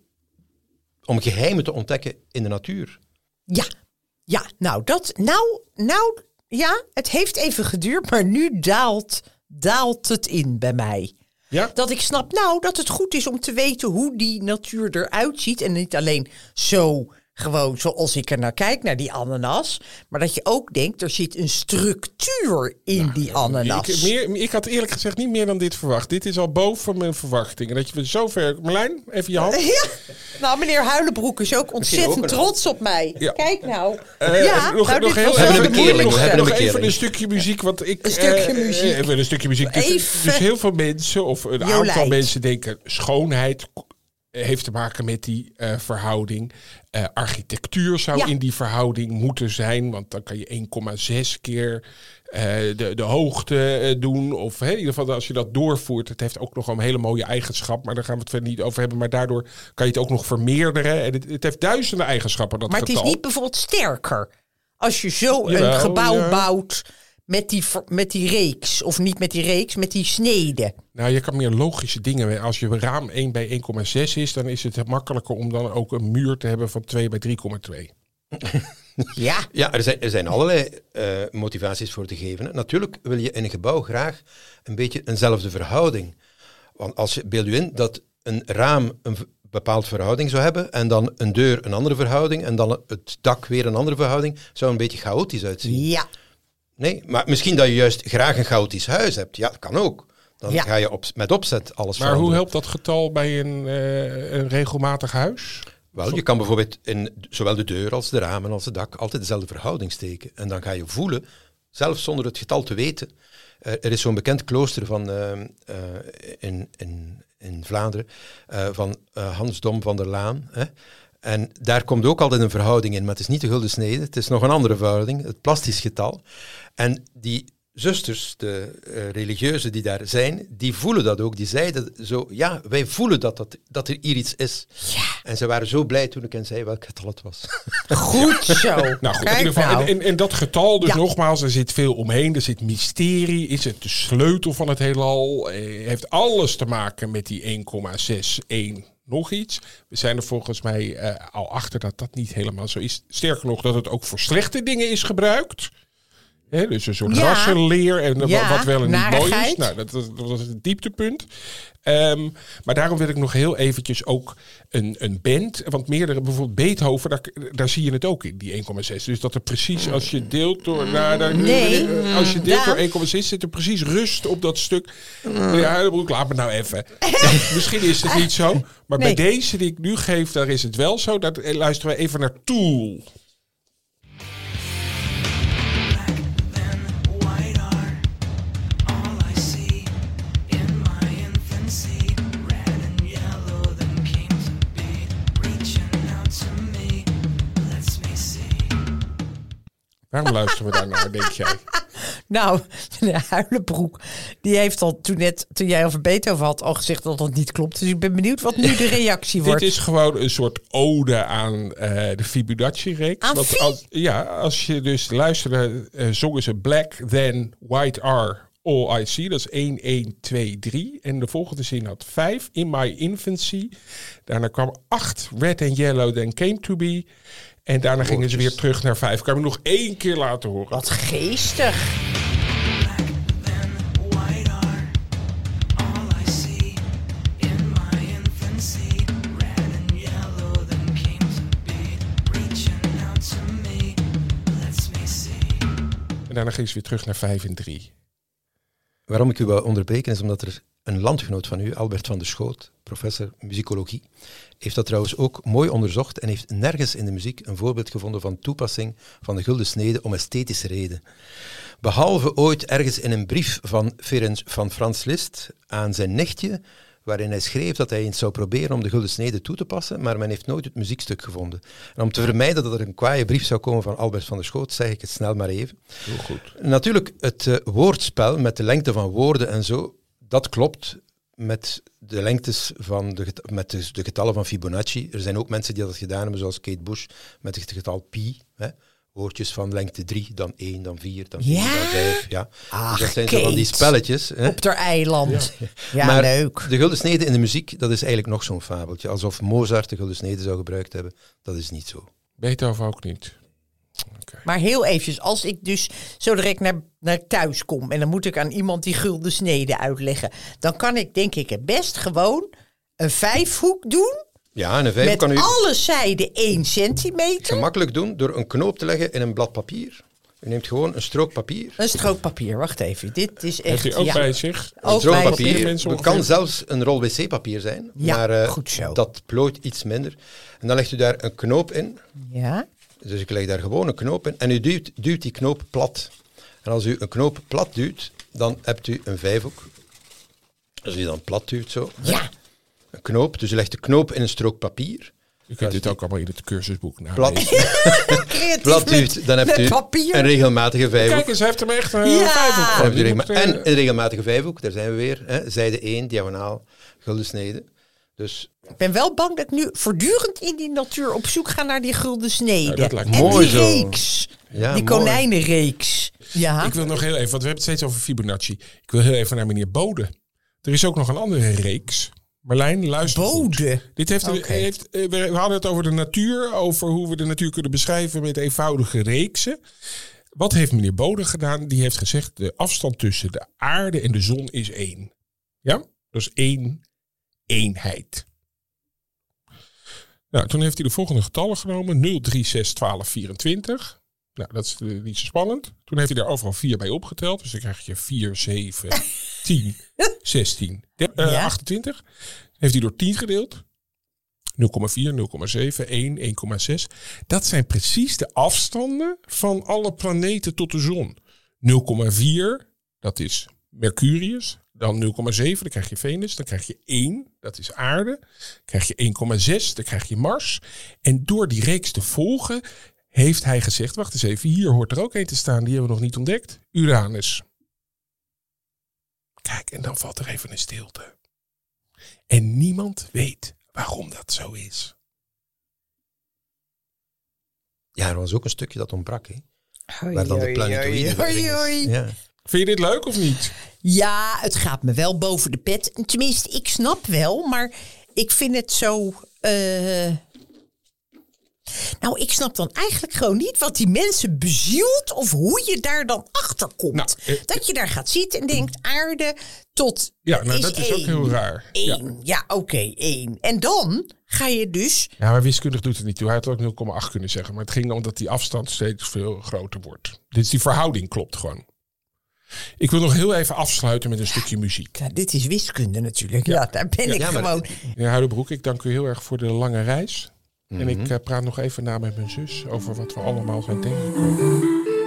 om geheimen te ontdekken in de natuur. Ja, ja, nou, dat, nou, nou, ja, het heeft even geduurd, maar nu daalt, daalt het in bij mij. Ja? Dat ik snap, nou, dat het goed is om te weten hoe die natuur eruit ziet. En niet alleen zo, gewoon zoals ik er naar kijk, naar die ananas. Maar dat je ook denkt, er zit een structuur in die ananas. Ik, meer, ik had eerlijk gezegd niet meer dan dit verwacht. Dit is al boven mijn verwachtingen. Dat je zo ver... Merlijn, even je hand. Ja, nou, meneer Huilenbroek is ook ontzettend ook een- trots op mij. Ja. Kijk nou. Eh, ja, nog, nou, nog dit heel was We hebben wel een de bekeerling, moeilijkste. we hebben nog een even bekeerling. een stukje muziek. Want ik, Een stukje eh, muziek. eh, Even een stukje muziek. Dus, Even. dus heel veel mensen, of een Jolijt. aantal mensen denken... schoonheid heeft te maken met die uh, verhouding. Uh, architectuur zou Ja. in die verhouding moeten zijn. Want dan kan je één komma zes keer uh, de, de hoogte uh, doen. Of hè, in ieder geval als je dat doorvoert. Het heeft ook nog een hele mooie eigenschap. Maar daar gaan we het verder niet over hebben. Maar daardoor kan je het ook nog vermeerderen. En het, het heeft duizenden eigenschappen, dat Maar het getal. is niet bijvoorbeeld sterker. Als je zo Jawel, een gebouw ja. bouwt met die, ver- met die reeks. Of niet met die reeks, met die snede. Nou, je kan meer logische dingen. Als je raam één bij één komma zes is, dan is het makkelijker om dan ook een muur te hebben van twee bij drie komma twee. Ja. Ja, er zijn, er zijn allerlei uh, motivaties voor te geven. Natuurlijk wil je in een gebouw graag een beetje eenzelfde verhouding. Want als je beeld u in dat een raam een v- bepaald verhouding zou hebben en dan een deur een andere verhouding en dan het dak weer een andere verhouding, zou een beetje chaotisch uitzien. Ja. Nee, maar misschien dat je juist graag een chaotisch huis hebt. Ja, dat kan ook. Dan Ja. ga je op, met opzet alles Maar hoe veranderen. helpt dat getal bij een, uh, een regelmatig huis? Wel, je kan bijvoorbeeld in zowel de deur als de ramen als het dak altijd dezelfde verhouding steken. En dan ga je voelen, zelfs zonder het getal te weten. Uh, er is zo'n bekend klooster van, uh, uh, in, in, in Vlaanderen uh, van uh, Hans Dom van der Laan. Hè? En daar komt ook altijd een verhouding in, maar het is niet de gulden snede. Het is nog een andere verhouding, het plastisch getal. En die zusters, de uh, religieuzen die daar zijn, die voelen dat ook. Die zeiden zo, ja, wij voelen dat, dat, dat er hier iets is. Ja. En ze waren zo blij toen ik hen zei welk getal het was. Goed zo. Nou goed, Kijk in ieder geval, nou. en, en, en dat getal, dus Ja. nogmaals, er zit veel omheen. Er zit mysterie. Is het de sleutel van het heelal? Eh, heeft alles te maken met die één komma zes één nog iets. We zijn er volgens mij uh, al achter dat dat niet helemaal zo is. Sterker nog, dat het ook voor slechte dingen is gebruikt. He, dus een soort Ja. rassenleer en Ja, wat wel en niet mooi is. narigheid. Nou, dat, dat, dat was het dieptepunt. Um, maar daarom wil ik nog heel eventjes ook een, een band. Want meerdere, bijvoorbeeld Beethoven, daar, daar zie je het ook in, die één komma zes. Dus dat er precies, als je deelt door... Nou, daar, Nee. Als je deelt Daan. door één komma zes, zit er precies rust op dat stuk. Ja, broek, laat me nou even. Misschien is het niet zo. Maar Nee. bij deze die ik nu geef, daar is het wel zo. Daar luisteren we even naar Tool. Red and yellow, then came to be, reaching out to me. Waarom luisteren we daarnaar, denk jij? Nou, de Huilenbroek, die heeft al toen net, toen jij over Beethoven had, al gezegd dat dat niet klopt. Dus ik ben benieuwd wat nu de reactie wordt. Dit is gewoon een soort ode aan uh, de Fibonacci-reeks. Aan Want als, ja, als je dus luisterde, uh, zongen ze Black, Then, White are all I see. Dat is één, één, twee, drie. En de volgende zin had vijf, In my infancy. Daarna kwam acht, Red and Yellow, Then came to be. En daarna gingen ze weer terug naar vijf. Kan ik me nog één keer laten horen. Wat geestig. En daarna gingen ze weer terug naar vijf en drie. Waarom ik u wil onderbreken is omdat er een landgenoot van u, Albert van der Schoot, professor muzikologie, heeft dat trouwens ook mooi onderzocht en heeft nergens in de muziek een voorbeeld gevonden van toepassing van de gulden snede om esthetische reden. Behalve ooit ergens in een brief van Ferenc van Franz Liszt aan zijn nichtje, waarin hij schreef dat hij eens zou proberen om de gulden snede toe te passen, maar men heeft nooit het muziekstuk gevonden. En om te vermijden dat er een kwaaie brief zou komen van Albert van der Schoot, zeg ik het snel maar even. Heel goed. Natuurlijk, het uh, woordspel met de lengte van woorden en zo, dat klopt met de lengtes van de, get- met de, de getallen van Fibonacci. Er zijn ook mensen die dat gedaan hebben, zoals Kate Bush, met het getal pi. Hè. Woordjes van lengte drie, dan één, dan vier, dan vier, Ja? dan vijf. Ja. Ach, dus dat zijn Kate. zo van die spelletjes. Hè. Op ter eiland. Ja, ja maar leuk. de gulden snede in de muziek, dat is eigenlijk nog zo'n fabeltje. Alsof Mozart de gulden snede zou gebruikt hebben. Dat is niet zo. Beethoven ook niet. Okay. Maar heel eventjes, als ik dus zo direct naar, naar thuis kom en dan moet ik aan iemand die gulden snede uitleggen, dan kan ik denk ik het best gewoon een vijfhoek doen. Ja, en een vijf Met kan u alle zijden één centimeter. gemakkelijk doen door een knoop te leggen in een blad papier. U neemt gewoon een strook papier. Een strook papier, wacht even. Dit is echt... Heeft hij ook ja. bij zich? Een Ook strook bij- papier. mensen Het ongeveer. kan zelfs een rol wc-papier zijn. Ja, maar uh, goed zo. dat plooit iets minder. En dan legt u daar een knoop in. Ja. Dus ik leg daar gewoon een knoop in. En u duwt, duwt die knoop plat. En als u een knoop plat duwt, dan hebt u een vijfhoek. Als u dan plat duwt zo. Ja. Een knoop. Dus u legt de knoop in een strook papier. Je kunt dit ook allemaal in het cursusboek Plat, nalezen. Creatief plat met- duwt, dan hebt met u papier. een regelmatige vijfhoek. Kijk eens, hij heeft hem echt een Ja. vijfhoek Dan van. heb je Die regel- moet, eh, en een regelmatige vijfhoek, daar zijn we weer. Hè. Zijde één, diagonaal, gulden snede. Dus Ik ben wel bang dat ik nu voortdurend in die natuur op zoek ga naar die gulden snede. Nou, dat lijkt me en mooi die zo. reeks. ja, die mooi. konijnenreeks. Ja. Ik wil nog heel even, want we hebben het steeds over Fibonacci. Ik wil heel even naar meneer Bode. Er is ook nog een andere reeks. Marlijn, luister goed. Bode. Dit heeft, Oké. heeft, eh, we hadden het over de natuur, over hoe we de natuur kunnen beschrijven met eenvoudige reeksen. Wat heeft meneer Bode gedaan? Die heeft gezegd, de afstand tussen de aarde en de zon is één. Ja? Dus één eenheid. Nou, toen heeft hij de volgende getallen genomen. nul, drie, zes, twaalf, vierentwintig. Nou, dat is uh, niet zo spannend. Toen heeft hij daar overal vier bij opgeteld. Dus dan krijg je vier, zeven, tien, zestien, uh, Ja. achtentwintig. Heeft hij door tien gedeeld. nul komma vier, nul komma zeven, één, één komma zes. Dat zijn precies de afstanden van alle planeten tot de zon. nul komma vier, dat is Mercurius. Dan nul komma zeven, dan krijg je Venus. Dan krijg je één, dat is aarde. Dan krijg je één komma zes, dan krijg je Mars. En door die reeks te volgen heeft hij gezegd, wacht eens even, hier hoort er ook één te staan, die hebben we nog niet ontdekt. Uranus. Kijk, en dan valt er even een stilte. En niemand weet waarom dat zo is. Ja, er was ook een stukje dat ontbrak, hè. Oei, Waar dan de oei, planetoïde oei, ring is. oei. Ja. Vind je dit leuk of niet? Ja, het gaat me wel boven de pet. Tenminste, ik snap wel, maar ik vind het zo... eh, Nou, ik snap dan eigenlijk gewoon niet wat die mensen bezielt of hoe je daar dan achter komt. Nou, eh, dat je daar gaat zitten en denkt, aarde tot Ja, nou, is dat is ook één. heel raar. Ja. Eén, ja, oké, één. En dan ga je dus... Ja, maar wiskundig doet het niet toe. Hij had ook nul komma acht kunnen zeggen. Maar het ging om dat die afstand steeds veel groter wordt. Dit is die verhouding klopt gewoon. Ik wil nog heel even afsluiten met een stukje muziek. Ja, dit is wiskunde natuurlijk. Ja, daar ben ik Ja, maar- gewoon... Meneer Huidenbroek, ik dank u heel erg voor de lange reis. En ik uh, praat nog even na met mijn zus over wat we allemaal zijn tegengekomen.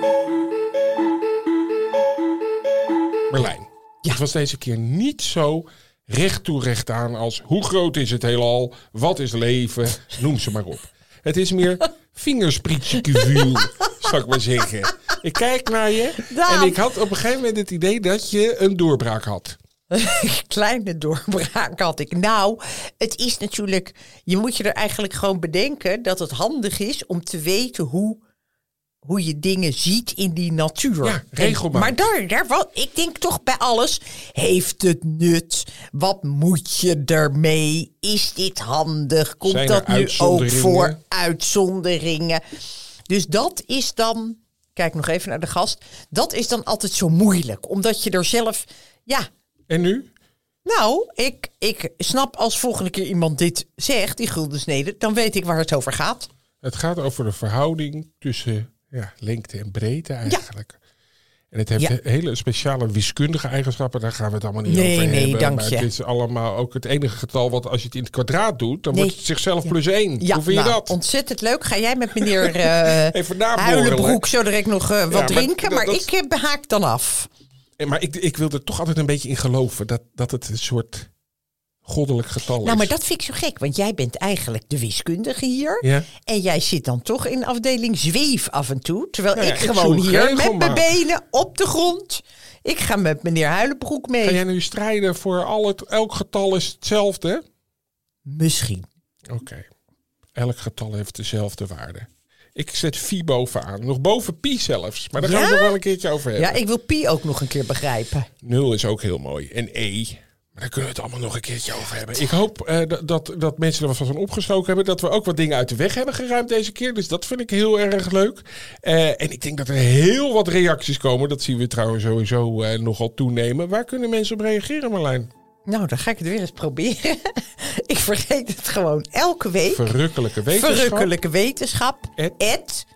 Merlijn, Ja. het was deze keer niet zo recht toe recht aan als hoe groot is het heelal, wat is leven, noem ze maar op. Het is meer vingerspritsje gevoel, zou ik maar zeggen. Ik kijk naar je Daan. en ik had op een gegeven moment het idee dat je een doorbraak had. Kleine doorbraak had ik. Nou, het is natuurlijk... Je moet je er eigenlijk gewoon bedenken dat het handig is om te weten hoe, hoe je dingen ziet in die natuur. Ja, regel maar. Maar daar, daar wat, ik denk toch bij alles, heeft het nut? Wat moet je ermee? Is dit handig? Komt Zijn er dat nu ook uitzonderingen? voor uitzonderingen? Dus dat is dan... Kijk nog even naar de gast. Dat is dan altijd zo moeilijk. Omdat je er zelf... Ja, En nu? nou, ik, ik snap als volgende keer iemand dit zegt, die guldensnede, dan weet ik waar het over gaat. Het gaat over de verhouding tussen ja, lengte en breedte eigenlijk. En het heeft Ja. hele speciale wiskundige eigenschappen. Daar gaan we het allemaal niet Nee, over nee, hebben. dank maar je. het is allemaal ook het enige getal wat als je het in het kwadraat doet, dan Nee. wordt het zichzelf plus één. Ja, Hoe vind je nou, dat? ontzettend leuk. Ga jij met meneer uh, Even naborrelen. Huilenbroek zo direct nog uh, wat maar drinken? dat- Maar dat- ik uh, behaak dan af. Maar ik, ik wil er toch altijd een beetje in geloven dat, dat het een soort goddelijk getal is. Nou, maar dat vind ik zo gek, want jij bent eigenlijk de wiskundige hier. Ja. En jij zit dan toch in afdeling zweef af en toe. Terwijl Nou ja, ik ik gewoon zoek hier met mijn regelmaat. benen op de grond. Ik ga met meneer Huilenbroek mee. Ga jij nu strijden voor al het, elk getal is hetzelfde? Misschien. Oké. Elk getal heeft dezelfde waarde. Ik zet phi bovenaan. Nog boven pi zelfs. Maar daar gaan we Ja? het nog wel een keertje over hebben. Ja, ik wil Pi ook nog een keer begrijpen. Nul is ook heel mooi. En E. Maar daar kunnen we het allemaal nog een keertje over hebben. Ik hoop eh, dat, dat, dat mensen er wat van opgestoken hebben. Dat we ook wat dingen uit de weg hebben geruimd deze keer. Dus dat vind ik heel erg leuk. Eh, en ik denk dat er heel wat reacties komen. Dat zien we trouwens sowieso eh, nogal toenemen. Waar kunnen mensen op reageren, Marlijn? Nou, dan ga ik het weer eens proberen. Ik vergeet het gewoon elke week. Verrukkelijke wetenschap. Verrukkelijke wetenschap. Et- Et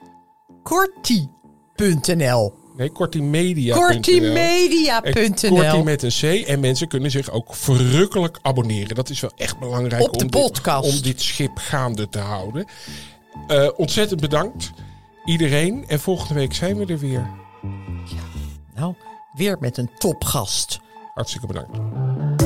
kortie punt n l. Nee, kortimedia punt n l. kortimedia punt n Kortie l. met een C. En mensen kunnen zich ook verrukkelijk abonneren. Dat is wel echt belangrijk Op de om, podcast. Dit, om dit schip gaande te houden. Uh, ontzettend bedankt iedereen. En volgende week zijn we er weer. Nou, weer met een topgast. Hartstikke bedankt.